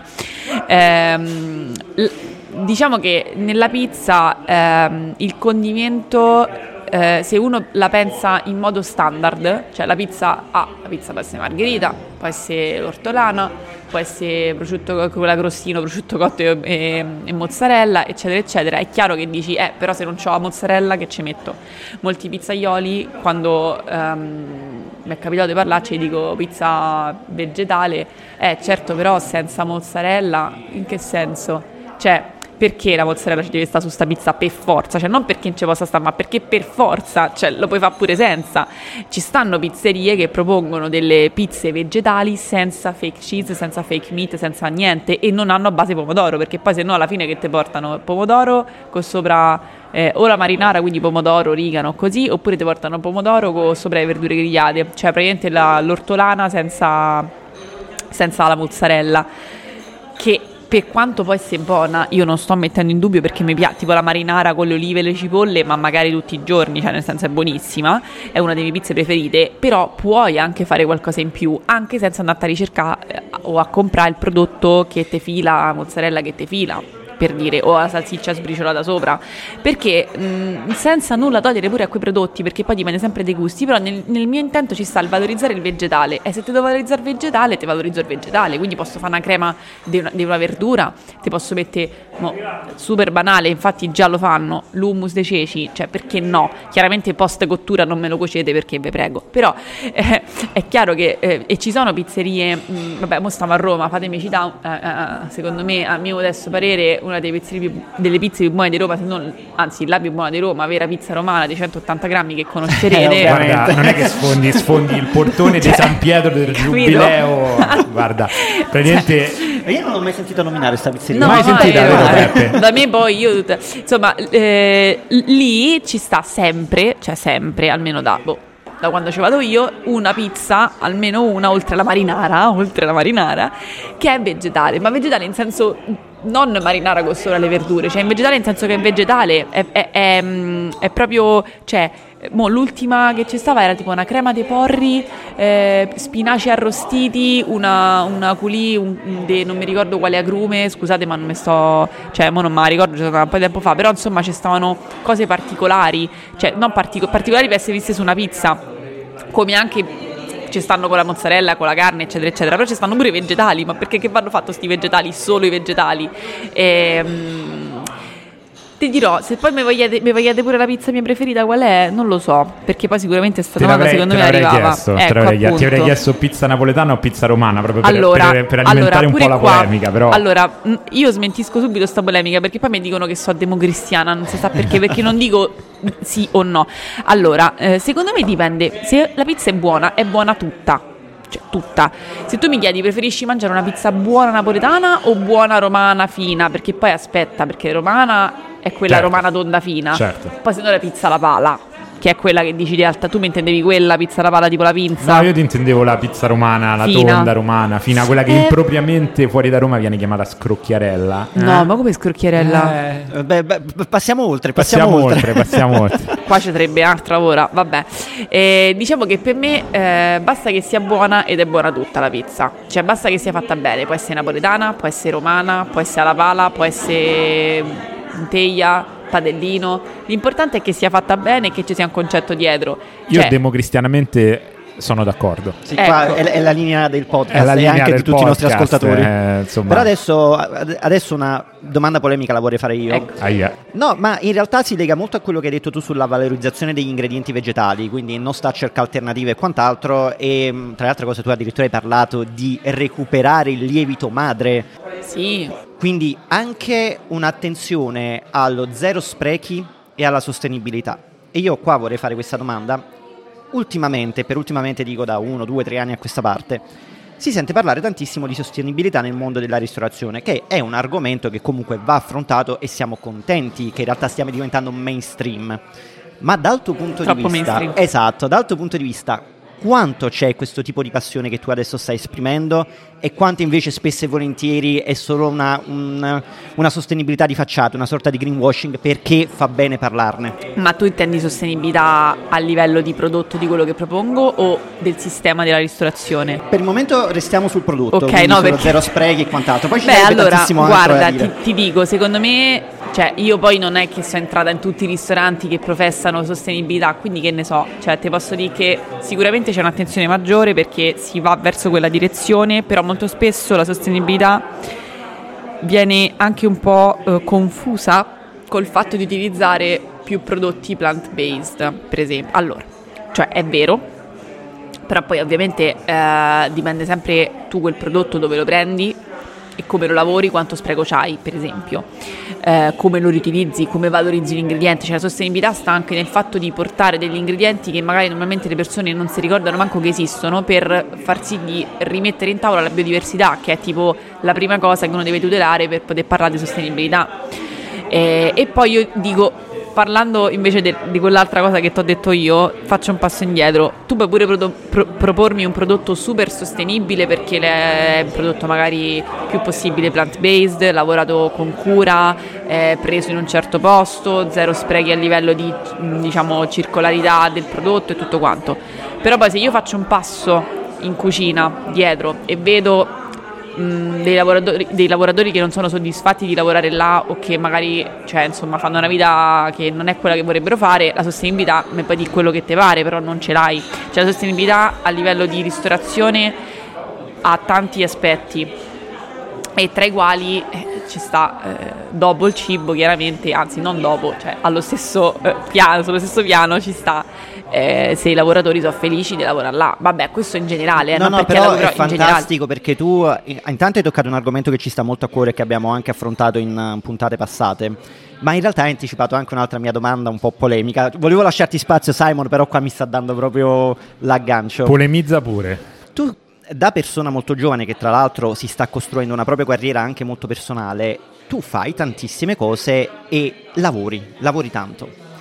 Ehm, l- diciamo che nella pizza ehm, il condimento... Eh, se uno la pensa in modo standard, cioè la pizza ha, la pizza può essere margherita, può essere l'ortolana, può essere prosciutto, quella crostino, prosciutto cotto e, e, e mozzarella, eccetera eccetera. È chiaro che dici, eh però se non c'ho la mozzarella che ci metto? Molti pizzaioli, quando um, mi è capitato di parlarci, dico pizza vegetale, eh certo, però senza mozzarella, in che senso? Cioè, perché la mozzarella ci deve stare su sta pizza per forza? Cioè non perché non ci possa stare, ma perché per forza, cioè lo puoi fare pure senza. Ci stanno pizzerie che propongono delle pizze vegetali senza fake cheese, senza fake meat, senza niente, e non hanno a base pomodoro, perché poi se no alla fine che ti portano pomodoro con sopra eh, o la marinara, quindi pomodoro, origano, così, oppure ti portano pomodoro con sopra le verdure grigliate, cioè praticamente la, l'ortolana senza, senza la mozzarella, che per quanto poi sia buona, io non sto mettendo in dubbio, perché mi piace, tipo la marinara con le olive e le cipolle, ma magari tutti i giorni, cioè nel senso è buonissima, è una delle mie pizze preferite, però puoi anche fare qualcosa in più, anche senza andare a ricercare eh, o a comprare il prodotto che te fila, la mozzarella che te fila, per dire, o la salsiccia sbriciolata sopra, perché mh, senza nulla togliere pure a quei prodotti, perché poi dipende sempre dai gusti, però nel, nel mio intento ci sta il valorizzare il vegetale, e se ti devo valorizzare il vegetale, ti valorizzo il vegetale, quindi posso fare una crema di una, di una verdura, ti posso mettere, no, super banale, infatti già lo fanno, l'hummus dei ceci, cioè perché no? Chiaramente post cottura non me lo cuocete, perché vi prego, però eh, è chiaro che, eh, e ci sono pizzerie, mh, vabbè, mo stiamo a Roma, fatemi citare, eh, eh, secondo me, a mio modesto parere, una delle pizze, più, delle pizze più buone di Roma, se non, anzi la più buona di Roma, vera pizza romana di centottanta grammi che conoscerete. Eh, guarda, non è che sfondi, sfondi il portone cioè, di San Pietro del Giubileo, guarda, praticamente... Cioè, io non l'ho mai sentito nominare questa pizzeria. No, mai sentita, eh, da me poi io, insomma, eh, lì ci sta sempre, cioè sempre, almeno da... Boh, da quando ci vado io, una pizza, almeno una, oltre alla marinara, oltre alla marinara, che è vegetale, ma vegetale in senso non marinara con solo le verdure, cioè in vegetale, nel senso che in vegetale è, è, è, è proprio, cioè, mo, l'ultima che ci stava era tipo una crema dei porri, eh, spinaci arrostiti, una, una culì, un, de, non mi ricordo quale agrume, scusate ma non mi sto, cioè mo non me la ricordo, c'è stato un po' di tempo fa, però insomma ci stavano cose particolari, cioè non partico- particolari per essere viste su una pizza, come anche ci stanno con la mozzarella, con la carne, eccetera, eccetera, però ci stanno pure i vegetali, ma perché che vanno fatto sti vegetali, solo i vegetali? Ehm, ti dirò, se poi mi vogliate, mi vogliate pure la pizza mia preferita qual è, non lo so, perché poi sicuramente questa domanda secondo me arrivava. Chiesto, ecco, te l'avrei, ti avrei chiesto pizza napoletana o pizza romana, proprio per, allora, per, per alimentare allora, un po' la qua, polemica, però. Allora, io smentisco subito sta polemica, perché poi mi dicono che so democristiana, non si sa perché, perché non dico sì o no. Allora, eh, secondo me dipende, se la pizza è buona, è buona tutta. Cioè tutta. Se tu mi chiedi preferisci mangiare una pizza buona napoletana o buona romana fina, perché poi aspetta, perché romana è quella certo. romana tonda fina, certo. Poi se no la pizza alla pala, che è quella che dici di alta, tu mi intendevi quella pizza alla pala tipo la pinza? No, io ti intendevo la pizza romana, la fina. tonda romana fina, quella che eh. impropriamente fuori da Roma viene chiamata scrocchiarella. No, eh? ma come scrocchiarella? Eh, beh, beh, passiamo oltre, passiamo, passiamo oltre, oltre. passiamo oltre. Qua ci sarebbe un'altra ora, vabbè. Eh, diciamo che per me eh, basta che sia buona, ed è buona tutta la pizza. Cioè basta che sia fatta bene, può essere napoletana, può essere romana, può essere alla pala, può essere in teglia, padellino. L'importante è che sia fatta bene e che ci sia un concetto dietro. Io cioè, democristianamente sono d'accordo. Sì, ecco. qua è, è la linea del podcast È la linea e anche del di tutti podcast, i nostri ascoltatori. eh, insomma. Però adesso, adesso una domanda polemica la vorrei fare io. Ecco. Aia. No, ma in realtà si lega molto a quello che hai detto tu sulla valorizzazione degli ingredienti vegetali, quindi non sta a cercare alternative e quant'altro, e tra le altre cose tu addirittura hai parlato di recuperare il lievito madre. Sì. Quindi anche un'attenzione allo zero sprechi e alla sostenibilità. E io qua vorrei fare questa domanda. Ultimamente, per ultimamente dico da uno, due, tre anni a questa parte, si sente parlare tantissimo di sostenibilità nel mondo della ristorazione, che è un argomento che comunque va affrontato e siamo contenti che in realtà stiamo diventando mainstream. Ma dal tuo punto Troppo di vista, mainstream. esatto, dal tuo punto di vista, quanto c'è questo tipo di passione che tu adesso stai esprimendo e quanto invece spesso e volentieri è solo una, un, una sostenibilità di facciata, una sorta di greenwashing perché fa bene parlarne? Ma tu intendi sostenibilità a livello di prodotto, di quello che propongo, o del sistema della ristorazione? Per il momento restiamo sul prodotto, Ok, quindi no, solo perché- zero sprechi e quant'altro. Poi ci Beh, sarebbe allora, tantissimo altro da guarda, dire. ti, ti dico, secondo me, cioè, io poi non è che sono entrata in tutti i ristoranti che professano sostenibilità, quindi che ne so, cioè, ti posso dire che sicuramente c'è un'attenzione maggiore perché si va verso quella direzione, però molto spesso la sostenibilità viene anche un po' eh, confusa col fatto di utilizzare più prodotti plant-based, per esempio. Allora, cioè, è vero, però poi ovviamente eh, dipende sempre tu quel prodotto dove lo prendi e come lo lavori, quanto spreco c'hai, per esempio, eh, come lo riutilizzi, come valorizzi l'ingrediente. Cioè la sostenibilità sta anche nel fatto di portare degli ingredienti che magari normalmente le persone non si ricordano manco che esistono, per far sì di rimettere in tavola la biodiversità, che è tipo la prima cosa che uno deve tutelare per poter parlare di sostenibilità. Eh, e poi io dico, parlando invece de, di quell'altra cosa che ti ho detto io, faccio un passo indietro. Tu puoi pure prodo, pro, propormi un prodotto super sostenibile perché è un prodotto magari più possibile plant-based, lavorato con cura, eh, preso in un certo posto, zero sprechi a livello di, diciamo, circolarità del prodotto e tutto quanto. Però poi se io faccio un passo in cucina dietro e vedo Dei lavoratori, dei lavoratori che non sono soddisfatti di lavorare là, o che magari, cioè, insomma, fanno una vita che non è quella che vorrebbero fare, la sostenibilità mi puoi dire quello che te pare, però non ce l'hai. Cioè la sostenibilità a livello di ristorazione ha tanti aspetti, e tra i quali eh, ci sta eh, dopo il cibo, chiaramente, anzi non dopo, cioè allo stesso eh, piano, sullo stesso piano ci sta eh, se i lavoratori sono felici di lavorare là. Vabbè, questo in generale, eh, No, non no, perché però lavoro è in generale. fantastico perché tu eh, intanto hai toccato un argomento che ci sta molto a cuore e che abbiamo anche affrontato in uh, puntate passate, ma in realtà hai anticipato anche un'altra mia domanda un po' polemica. Volevo lasciarti spazio, Simon, però qua mi sta dando proprio l'aggancio. Polemizza pure. Tu, da persona molto giovane che tra l'altro si sta costruendo una propria carriera anche molto personale, tu fai tantissime cose e lavori, lavori tanto.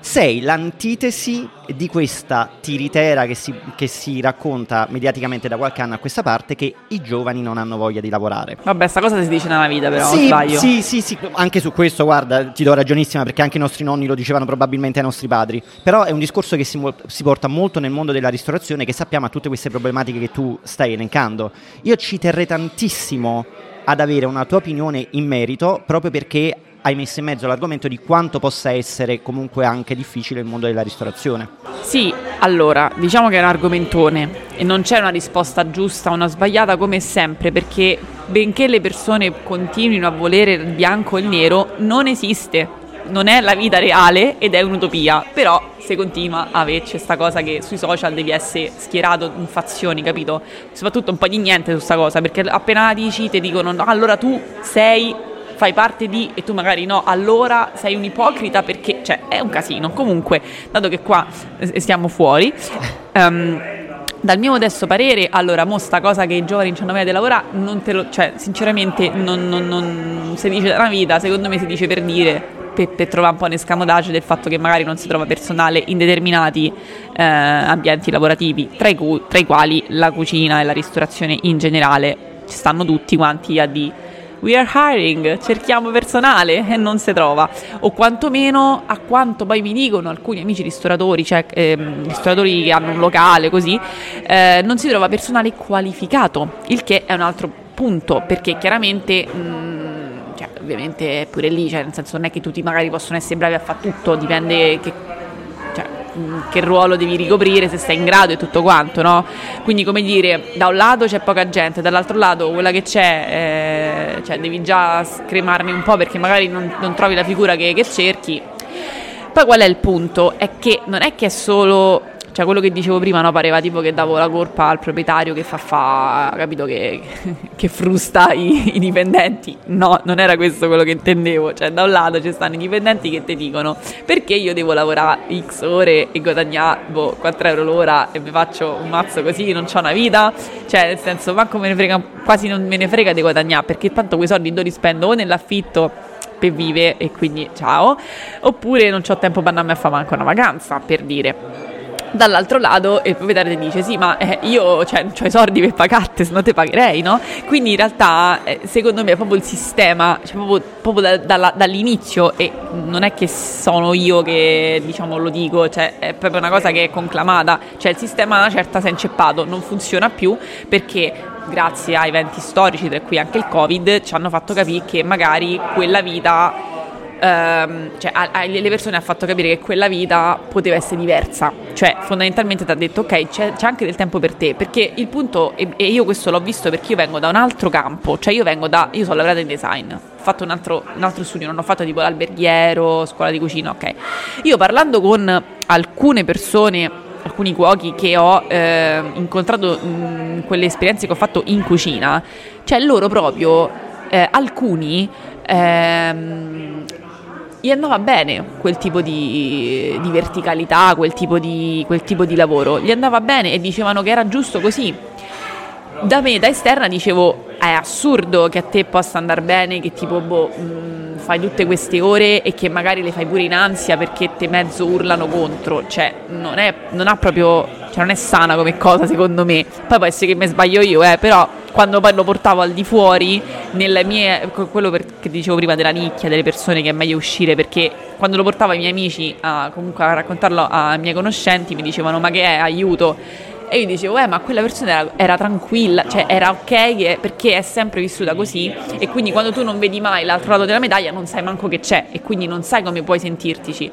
sei l'antitesi di questa tiritera che si, che si racconta mediaticamente da qualche anno a questa parte, che i giovani non hanno voglia di lavorare. Vabbè, sta cosa si dice nella vita, però, sì, sbaglio. Sì, sì, sì, anche su questo, guarda, ti do ragionissima, perché anche i nostri nonni lo dicevano probabilmente ai nostri padri, però è un discorso che si, si porta molto nel mondo della ristorazione, che sappiamo ha tutte queste problematiche che tu stai elencando. Io ci terrei tantissimo ad avere una tua opinione in merito, proprio perché hai messo in mezzo l'argomento di quanto possa essere comunque anche difficile il mondo della ristorazione. Sì, allora, diciamo che è un argomentone e non c'è una risposta giusta o una sbagliata, come sempre, perché benché le persone continuino a volere il bianco e il nero, non esiste, non è la vita reale ed è un'utopia, però se continua a averci questa cosa che sui social devi essere schierato in fazioni, capito? Soprattutto un po' di niente su sta cosa, perché appena la dici ti dicono no, allora tu sei... fai parte di, e tu magari no, allora sei un ipocrita, perché, cioè, è un casino. Comunque, dato che qua eh, stiamo fuori, um, dal mio modesto parere, allora, mo sta cosa che i giovani non hanno voglia di lavorare, non te lo, cioè, sinceramente, non, non, non si dice da una vita, secondo me si dice per dire, per, per trovare un po' un escamotage del fatto che magari non si trova personale in determinati eh, ambienti lavorativi, tra i, cu- tra i quali la cucina e la ristorazione in generale. Ci stanno tutti quanti a di we are hiring, cerchiamo personale, e non si trova, o quantomeno, a quanto poi mi dicono alcuni amici ristoratori, cioè ehm, ristoratori che hanno un locale così, eh, non si trova personale qualificato, il che è un altro punto, perché chiaramente mh, cioè, ovviamente pure lì, cioè, nel senso, non è che tutti magari possono essere bravi a fare tutto, dipende che, cioè, che ruolo devi ricoprire, se sei in grado e tutto quanto, no? Quindi, come dire, da un lato c'è poca gente, dall'altro lato quella che c'è, eh, cioè devi già scremarne un po', perché magari non, non trovi la figura che, che cerchi. Poi qual è il punto? È che non è che è solo, cioè quello che dicevo prima, no? Pareva tipo che davo la colpa al proprietario che fa fa, capito, che, che frusta i, i dipendenti. No, non era questo quello che intendevo. Cioè, da un lato ci stanno i dipendenti che ti dicono perché io devo lavorare X ore e guadagnare boh, quattro euro l'ora e mi faccio un mazzo così, non c'ho una vita. Cioè, nel senso, manco me ne frega, quasi non me ne frega di guadagnare, perché tanto quei soldi dove li spendo o nell'affitto per vive e quindi ciao, oppure non c'ho tempo per andarmi a fare manco una vacanza, per dire. Dall'altro lato il proprietario ti dice sì, ma eh, io cioè, non ho i soldi per pagarti, se no te pagherei, no? Quindi in realtà eh, secondo me è proprio il sistema, cioè proprio, proprio da, da, dall'inizio, e non è che sono io che diciamo lo dico, cioè è proprio una cosa che è conclamata, cioè il sistema una certa si è inceppato, non funziona più, perché grazie a eventi storici, tra cui anche il Covid, ci hanno fatto capire che magari quella vita... Um, cioè a, a, le persone ha fatto capire che quella vita poteva essere diversa, cioè fondamentalmente ti ha detto ok, c'è, c'è anche del tempo per te, perché il punto, e, e io questo l'ho visto perché io vengo da un altro campo, cioè io vengo da, io sono laureata in design, ho fatto un altro, un altro studio, non ho fatto tipo l'alberghiero, scuola di cucina, ok, io parlando con alcune persone, alcuni cuochi che ho eh, incontrato in quelle esperienze che ho fatto in cucina, cioè loro proprio eh, alcuni ehm, gli andava bene quel tipo di, di verticalità, quel tipo di, quel tipo di lavoro, gli andava bene e dicevano che era giusto così. Da me, da esterna, dicevo è assurdo che a te possa andare bene, che tipo boh, mh, fai tutte queste ore e che magari le fai pure in ansia perché te mezzo urlano contro, cioè non è, non ha proprio, cioè non è sana come cosa secondo me. Poi può essere che mi sbaglio io, eh, però quando poi lo portavo al di fuori, nelle mie, quello per, che dicevo prima della nicchia, delle persone che è meglio uscire, perché quando lo portavo ai miei amici, a, comunque a raccontarlo ai miei conoscenti, mi dicevano ma che è, aiuto. E io dicevo, eh ma quella persona era, era tranquilla, cioè era ok che, perché è sempre vissuta così, e quindi quando tu non vedi mai l'altro lato della medaglia non sai manco che c'è, e quindi non sai come puoi sentirtici.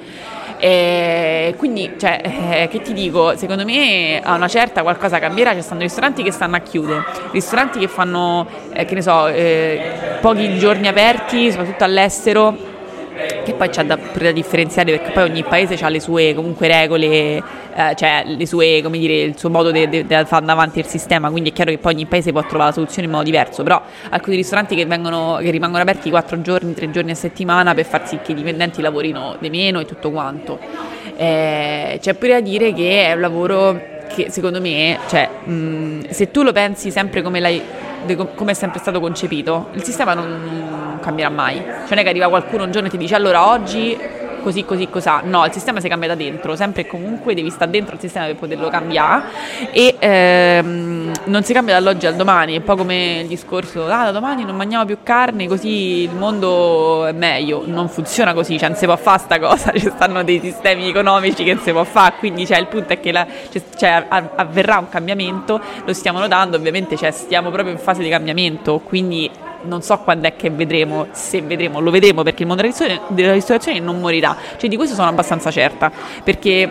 E quindi, cioè, eh, che ti dico, secondo me a una certa qualcosa cambierà. Ci stanno ristoranti che stanno a chiudere, ristoranti che fanno, eh, che ne so, eh, pochi giorni aperti, soprattutto all'estero, che poi c'è da, da differenziare, perché poi ogni paese ha le sue comunque regole, eh, cioè le sue, come dire, il suo modo di fare andare avanti il sistema, quindi è chiaro che poi ogni paese può trovare la soluzione in modo diverso, però alcuni ristoranti che vengono, che rimangono aperti quattro giorni, tre giorni a settimana per far sì che i dipendenti lavorino di meno e tutto quanto. Eh, c'è pure da dire che è un lavoro che secondo me, cioè, mh, se tu lo pensi sempre come l'hai, come è sempre stato concepito, il sistema non cambierà mai. Cioè non è che arriva qualcuno un giorno e ti dice allora oggi così così cosà, no, il sistema si cambia da dentro, sempre e comunque devi stare dentro al sistema per poterlo cambiare e ehm, non si cambia dall'oggi al domani, è un po' come il discorso, ah da domani non mangiamo più carne così il mondo è meglio, non funziona così, cioè non si può fare sta cosa, ci stanno dei sistemi economici che non si può fare, quindi cioè, il punto è che la, cioè, avverrà un cambiamento, lo stiamo notando ovviamente, cioè, stiamo proprio in fase di cambiamento, quindi non so quando è che vedremo, se vedremo, lo vedremo perché il mondo della ristorazione, della ristorazione non morirà, cioè di questo sono abbastanza certa, perché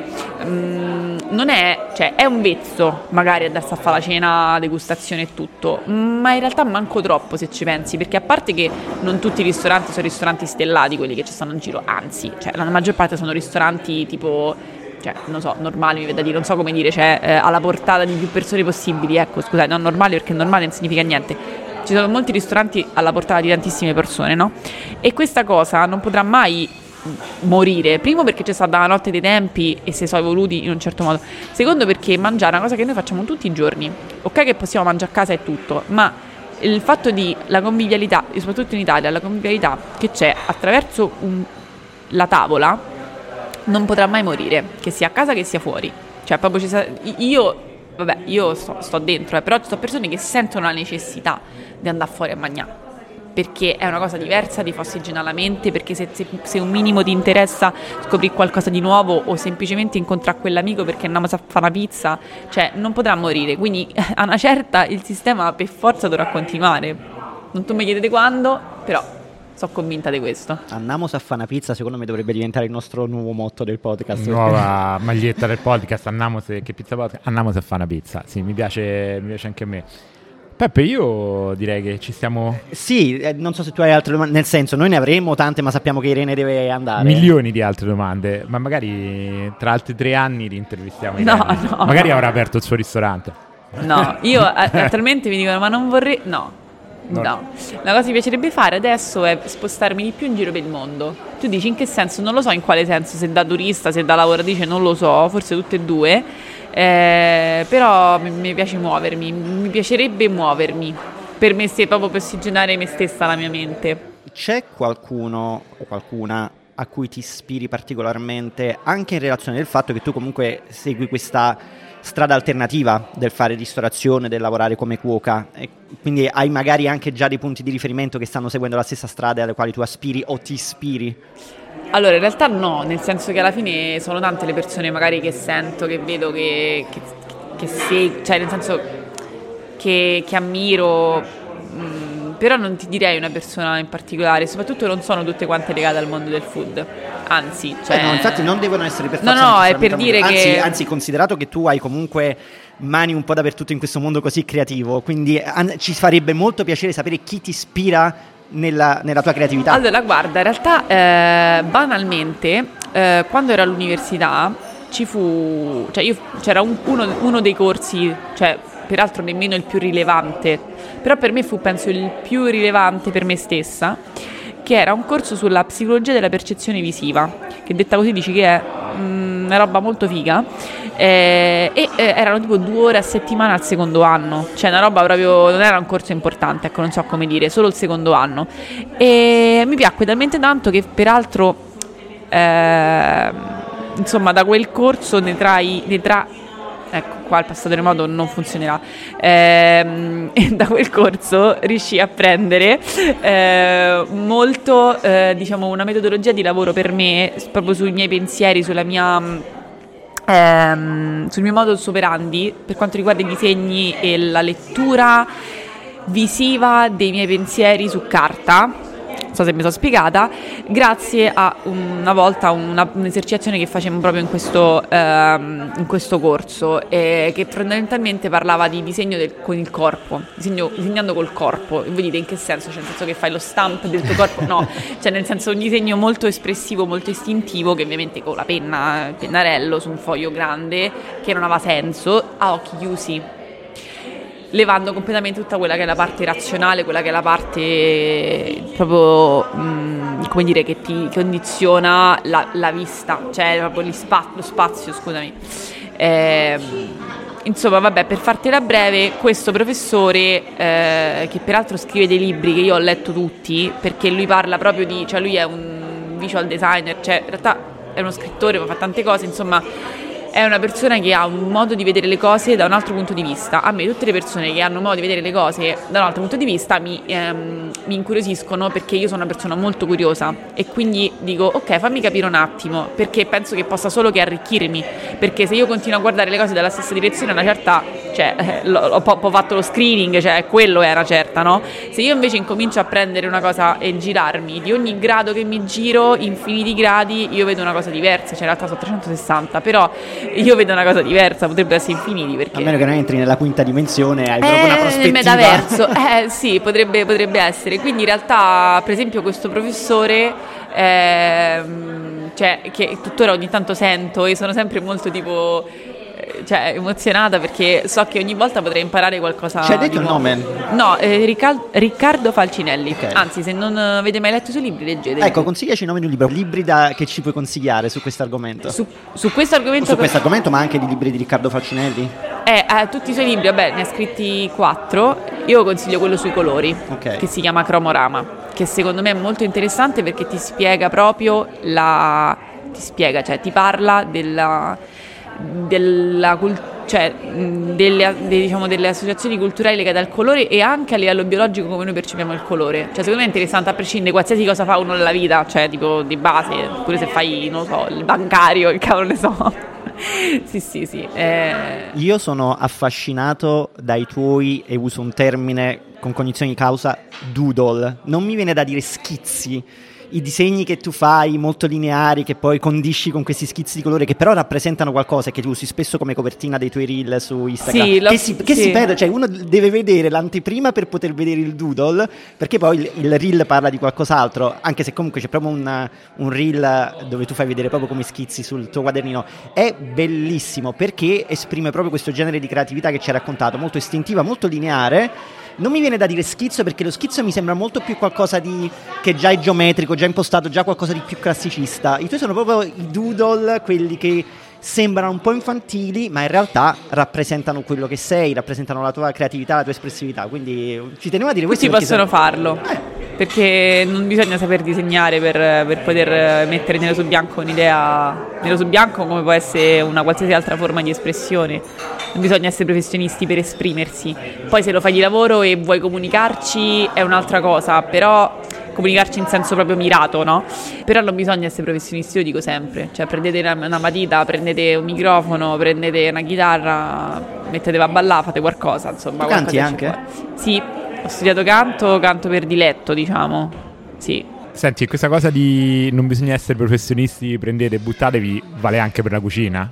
mh, non è, cioè è un vezzo magari andarsi a fare la cena, degustazione e tutto, ma in realtà manco troppo se ci pensi, perché a parte che non tutti i ristoranti sono ristoranti stellati quelli che ci stanno in giro, anzi, cioè la maggior parte sono ristoranti tipo, cioè, non so, normali, mi viene da dire, non so come dire, cioè eh, alla portata di più persone possibili, ecco, scusate, non normali perché normale non significa niente. Ci sono molti ristoranti alla portata di tantissime persone, no? E questa cosa non potrà mai morire. Primo perché c'è stata la notte dei tempi e si sono evoluti in un certo modo. Secondo perché mangiare è una cosa che noi facciamo tutti i giorni. Ok che possiamo mangiare a casa e tutto, ma il fatto di la convivialità, soprattutto in Italia, la convivialità che c'è attraverso un, la tavola non potrà mai morire, che sia a casa che sia fuori. Cioè proprio ci sa- io vabbè, io sto, sto dentro, eh, però ci sono persone che sentono la necessità di andare fuori a mangiare, perché è una cosa diversa, ti fa ossigena la mente, perché se, se, se un minimo ti interessa scoprire qualcosa di nuovo o semplicemente incontrare quell'amico perché andiamo a fare una pizza, cioè non potrà morire, quindi a una certa il sistema per forza dovrà continuare, non tu mi chiedete quando, però sono convinta di questo. Andiamo a fare una pizza, secondo me dovrebbe diventare il nostro nuovo motto del podcast. Nuova maglietta del podcast, andiamo se, che pizza podcast? Andiamo a fare una pizza, sì, mi piace, mi piace anche a me. Peppe, io direi che ci stiamo... Sì, eh, non so se tu hai altre domande, nel senso noi ne avremo tante, ma sappiamo che Irene deve andare. Milioni di altre domande, ma magari tra altri tre anni rintervistiamo Irene. No, no. Magari avrà aperto il suo ristorante. No, io attualmente mi dicono ma non vorrei... No. No. no, la cosa che mi piacerebbe fare adesso è spostarmi di più in giro per il mondo. Tu dici in che senso? Non lo so in quale senso, se da turista, se da lavoratrice, non lo so, forse tutte e due, eh, però mi, mi piace muovermi, mi piacerebbe muovermi per me stessa, proprio per ossigenare me stessa, la mia mente. C'è qualcuno o qualcuna a cui ti ispiri particolarmente, anche in relazione al fatto che tu comunque segui questa strada alternativa del fare ristorazione, del lavorare come cuoca, e quindi hai magari anche già dei punti di riferimento che stanno seguendo la stessa strada alle quali tu aspiri o ti ispiri? Allora in realtà no, nel senso che alla fine sono tante le persone magari che sento, che vedo, che, che, che seguo, cioè nel senso che, che ammiro, mh, però non ti direi una persona in particolare, soprattutto non sono tutte quante legate al mondo del food, anzi, cioè... eh no, infatti non devono essere per forza, no no è per dire anzi, che anzi considerato che tu hai comunque mani un po' dappertutto in questo mondo così creativo, quindi an- ci farebbe molto piacere sapere chi ti ispira nella, nella tua creatività. Allora guarda, in realtà eh, banalmente eh, quando ero all'università ci fu, cioè io, c'era un, uno, uno dei corsi, cioè peraltro nemmeno il più rilevante, però per me fu penso il più rilevante per me stessa, che era un corso sulla psicologia della percezione visiva, che detta così dici che è mm, una roba molto figa, eh, e eh, erano tipo due ore a settimana al secondo anno, cioè una roba proprio, non era un corso importante, ecco, non so come dire, solo il secondo anno, e mi piacque talmente tanto che peraltro eh, insomma da quel corso ne trai, ne tra ecco qua il passato remoto non funzionerà, ehm, e da quel corso riuscii a prendere eh, molto eh, diciamo una metodologia di lavoro per me proprio sui miei pensieri, sulla mia ehm, sul mio modus operandi per quanto riguarda i disegni e la lettura visiva dei miei pensieri su carta. Non so se mi sono spiegata, grazie a una volta una, un'esercitazione che facevamo proprio in questo, ehm, in questo corso, eh, che fondamentalmente parlava di disegno del, con il corpo, disegno, disegnando col corpo. E voi dite in che senso? Cioè nel senso che fai lo stamp del tuo corpo? No, cioè nel senso un disegno molto espressivo, molto istintivo, che ovviamente con la penna, il pennarello su un foglio grande, che non aveva senso, a occhi chiusi, levando completamente tutta quella che è la parte razionale, quella che è la parte proprio, mh, come dire, che ti condiziona la, la vista, cioè proprio gli spa- lo spazio, scusami. Eh, insomma, vabbè, per fartela breve, questo professore, eh, che peraltro scrive dei libri che io ho letto tutti, perché lui parla proprio di, cioè lui è un visual designer, cioè in realtà è uno scrittore, ma fa tante cose, insomma è una persona che ha un modo di vedere le cose da un altro punto di vista. A me tutte le persone che hanno un modo di vedere le cose da un altro punto di vista mi, ehm, mi incuriosiscono, perché io sono una persona molto curiosa e quindi dico ok, fammi capire un attimo, perché penso che possa solo che arricchirmi, perché se io continuo a guardare le cose dalla stessa direzione, una certa, cioè eh, ho, ho fatto lo screening, cioè quello è una certa, no? Se io invece incomincio a prendere una cosa e girarmi di ogni grado che mi giro, infiniti gradi, io vedo una cosa diversa, cioè in realtà sono trecentosessanta, però io vedo una cosa diversa, potrebbe essere infiniti, perché... A meno che non entri nella quinta dimensione, hai eh, proprio una prospettiva... nel metaverso, eh sì, potrebbe, potrebbe essere. Quindi in realtà, per esempio, questo professore, ehm, cioè, che tuttora ogni tanto sento e sono sempre molto tipo... cioè emozionata, perché so che ogni volta potrei imparare qualcosa. Ci hai detto il nome? No, eh, Riccal- Riccardo Falcinelli. Okay. Anzi, se non avete mai letto i suoi libri, leggeteli. Ecco, consigliaci il nome di un libro, libri da, che ci puoi consigliare su questo argomento. Su, su questo argomento, su questo argomento, ma anche di libri di Riccardo Falcinelli? Eh, eh, tutti i suoi libri, vabbè, ne ha scritti quattro. Io consiglio quello sui colori, okay. che si chiama Cromorama, che secondo me è molto interessante perché ti spiega proprio la... ti spiega, cioè ti parla della... della cultura, cioè delle, de, diciamo, delle associazioni culturali legate al colore e anche a livello biologico come noi percepiamo il colore. Cioè secondo me è interessante a prescindere qualsiasi cosa fa uno nella vita, cioè tipo di base, pure se fai, non lo so, il bancario, che cavolo ne so. Sì, sì, sì. Eh... Io sono affascinato dai tuoi, e uso un termine con cognizione di causa, doodle. Non mi viene da dire schizzi. I disegni che tu fai molto lineari, che poi condisci con questi schizzi di colore, che però rappresentano qualcosa e che tu usi spesso come copertina dei tuoi reel su Instagram, sì, lo, che, si, che sì. si perde, cioè uno deve vedere l'anteprima per poter vedere il doodle, perché poi il, il reel parla di qualcos'altro, anche se comunque c'è proprio un, un reel dove tu fai vedere proprio come schizzi sul tuo quadernino. È bellissimo perché esprime proprio questo genere di creatività che ci hai raccontato, molto istintiva, molto lineare. Non mi viene da dire schizzo, perché lo schizzo mi sembra molto più qualcosa di che già è geometrico, già impostato, già qualcosa di più classicista. I tuoi sono proprio i doodle, quelli che sembrano un po' infantili, ma in realtà rappresentano quello che sei, rappresentano la tua creatività, la tua espressività. Quindi ci tenevo a dire questo. Tutti possono sono... farlo, perché non bisogna saper disegnare per, per poter mettere nero su bianco un'idea, nero su bianco, come può essere una qualsiasi altra forma di espressione. Non bisogna essere professionisti per esprimersi. Poi se lo fai di lavoro e vuoi comunicarci è un'altra cosa, però comunicarci in senso proprio mirato, no? Però non bisogna essere professionisti, io dico sempre, cioè prendete una, una matita, prendete un microfono, prendete una chitarra, mettetevi a ballare, fate qualcosa, insomma. Tu canti anche? Sì, ho studiato canto, canto per diletto, diciamo, sì. Senti, questa cosa di non bisogna essere professionisti, prendete e buttatevi, vale anche per la cucina?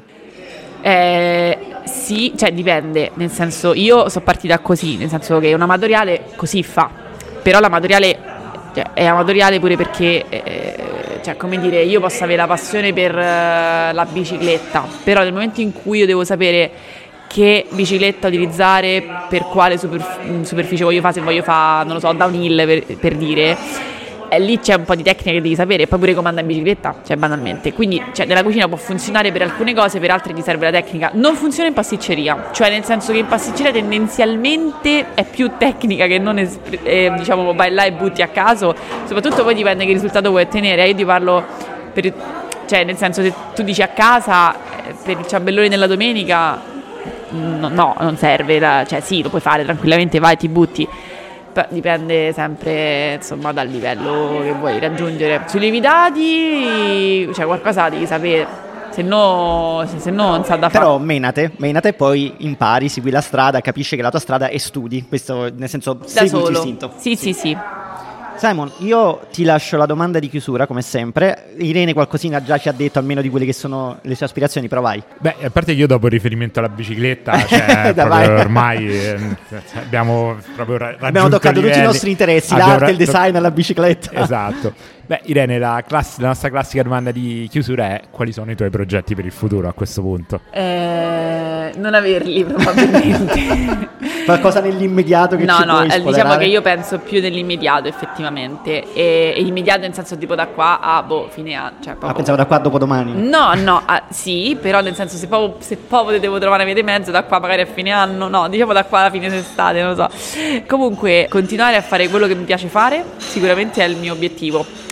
Eh, sì, cioè dipende, nel senso, io sono partita così, nel senso che un amatoriale così fa, però l'amatoriale, cioè, è amatoriale pure perché, eh, cioè, come dire, io posso avere la passione per uh, la bicicletta, però nel momento in cui io devo sapere che bicicletta utilizzare, per quale superf- superficie voglio fare, se voglio fare, non lo so, downhill per, per dire, e lì c'è un po' di tecnica che devi sapere, e poi pure comanda in bicicletta, cioè banalmente. Quindi, cioè, nella cucina può funzionare per alcune cose, per altre ti serve la tecnica. Non funziona in pasticceria, cioè nel senso che in pasticceria tendenzialmente è più tecnica che non espr- eh, diciamo vai là e butti a caso. Soprattutto poi dipende che risultato vuoi ottenere. Io ti parlo per, cioè nel senso, se tu dici a casa eh, per il ciambellone della domenica, no, no non serve, la, cioè sì, lo puoi fare tranquillamente, vai, ti butti. Dipende sempre, insomma, dal livello che vuoi raggiungere. Sui lievitati, cioè qualcosa devi sapere, se no, se, se no non sa da fare. Però menate, menate e poi impari, segui la strada, capisci che la tua strada, e studi. Questo nel senso, da segui solo. il tuo istinto. Sì, sì, sì. Simon, io ti lascio la domanda di chiusura, come sempre. Irene qualcosina già ci ha detto, almeno di quelle che sono le sue aspirazioni, però vai. Beh, a parte che io dopo il riferimento alla bicicletta, cioè, proprio ormai eh, abbiamo proprio ra- raggiunto abbiamo toccato livelli, tutti i nostri interessi, abbiamo l'arte, ra- il design, la bicicletta. Esatto. Beh, Irene, la, class- la nostra classica domanda di chiusura è: quali sono i tuoi progetti per il futuro a questo punto? Eh, non averli probabilmente. Qualcosa nell'immediato che no, ci no, puoi eh, spoilerare? diciamo che io penso più nell'immediato effettivamente, e, e immediato nel senso tipo da qua a boh, fine anno, cioè proprio... Ah, pensavo da qua a dopodomani. No, no, ah, sì, però nel senso se proprio, se proprio devo trovare una via di mezzo, da qua magari a fine anno, no, diciamo da qua alla fine d'estate, non lo so. Comunque continuare a fare quello che mi piace fare sicuramente è il mio obiettivo.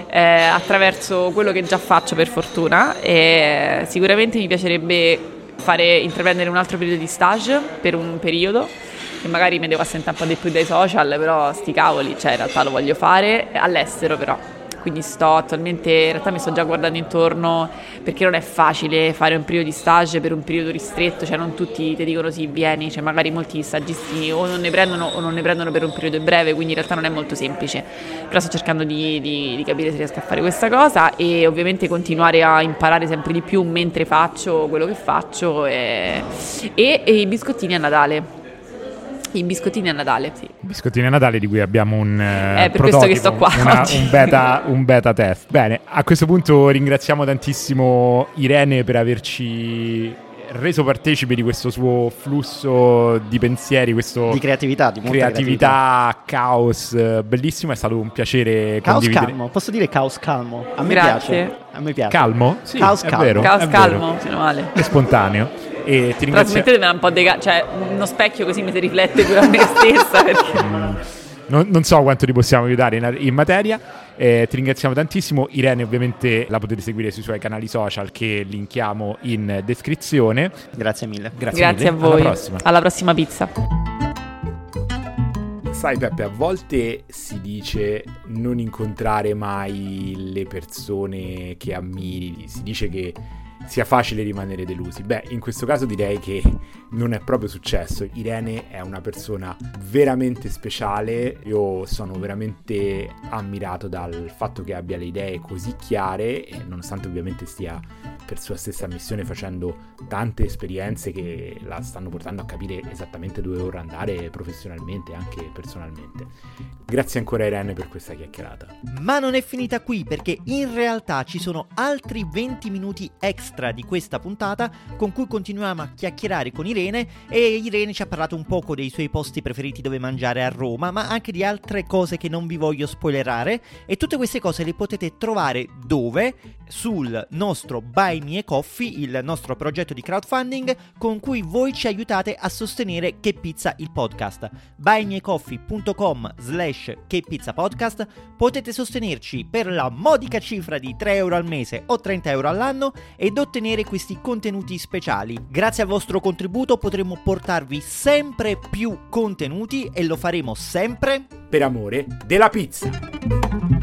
eh, attraverso quello che già faccio per fortuna, e sicuramente mi piacerebbe fare, intraprendere un altro periodo di stage per un periodo, che magari mi devo assentare un po' di più dai social, però sti cavoli, cioè in realtà lo voglio fare all'estero però. Quindi sto attualmente, in realtà mi sto già guardando intorno, perché non è facile fare un periodo di stage per un periodo ristretto, cioè non tutti ti dicono sì, vieni, cioè magari molti stagisti o non ne prendono o non ne prendono per un periodo breve, quindi in realtà non è molto semplice, però sto cercando di, di, di capire se riesco a fare questa cosa e ovviamente continuare a imparare sempre di più mentre faccio quello che faccio e, e, e i biscottini a Natale. I biscottini a Natale, sì. I biscottini a Natale di cui abbiamo un uh, È per questo che sto qua una, oggi. un, beta, un beta test. Bene, a questo punto ringraziamo tantissimo Irene per averci reso partecipe di questo suo flusso di pensieri, questo di creatività, di molta creatività, creatività, caos, bellissimo, è stato un piacere caos condividere. calmo, posso dire caos calmo? A me Grazie. piace. A me piace. Calmo? Sì, caos è calmo. vero. Caos è calmo, vero. meno male. È spontaneo. E ti ringrazio. Trasmettetemi un po' di ca- cioè uno specchio così mi si riflette pure a me stessa perché... Mm, non, non so quanto ti possiamo aiutare in, in materia. Eh, ti ringraziamo tantissimo. Irene ovviamente la potete seguire sui suoi canali social che linkiamo in descrizione. Grazie mille. Grazie, Grazie mille. a voi. Alla prossima. Alla prossima pizza. Sai Peppe, a volte si dice non incontrare mai le persone che ammiri, si dice che sia facile rimanere delusi. Beh, in questo caso direi che non è proprio successo. Irene è una persona veramente speciale, io sono veramente ammirato dal fatto che abbia le idee così chiare e nonostante ovviamente stia per sua stessa missione facendo tante esperienze che la stanno portando a capire esattamente dove vorrà andare professionalmente e anche personalmente. Grazie ancora Irene per questa chiacchierata. Ma non è finita qui, perché in realtà ci sono altri venti minuti extra di questa puntata con cui continuiamo a chiacchierare con Irene, e Irene ci ha parlato un poco dei suoi posti preferiti dove mangiare a Roma, ma anche di altre cose che non vi voglio spoilerare, e tutte queste cose le potete trovare dove? Sul nostro Buy Me a Coffee, il nostro progetto di crowdfunding con cui voi ci aiutate a sostenere Che Pizza il podcast. buymeacoffee.com slash Che Pizza Podcast. Potete sostenerci per la modica cifra di tre euro al mese o trenta euro all'anno ed ottenere questi contenuti speciali. Grazie al vostro contributo potremo portarvi sempre più contenuti e lo faremo sempre per amore della pizza.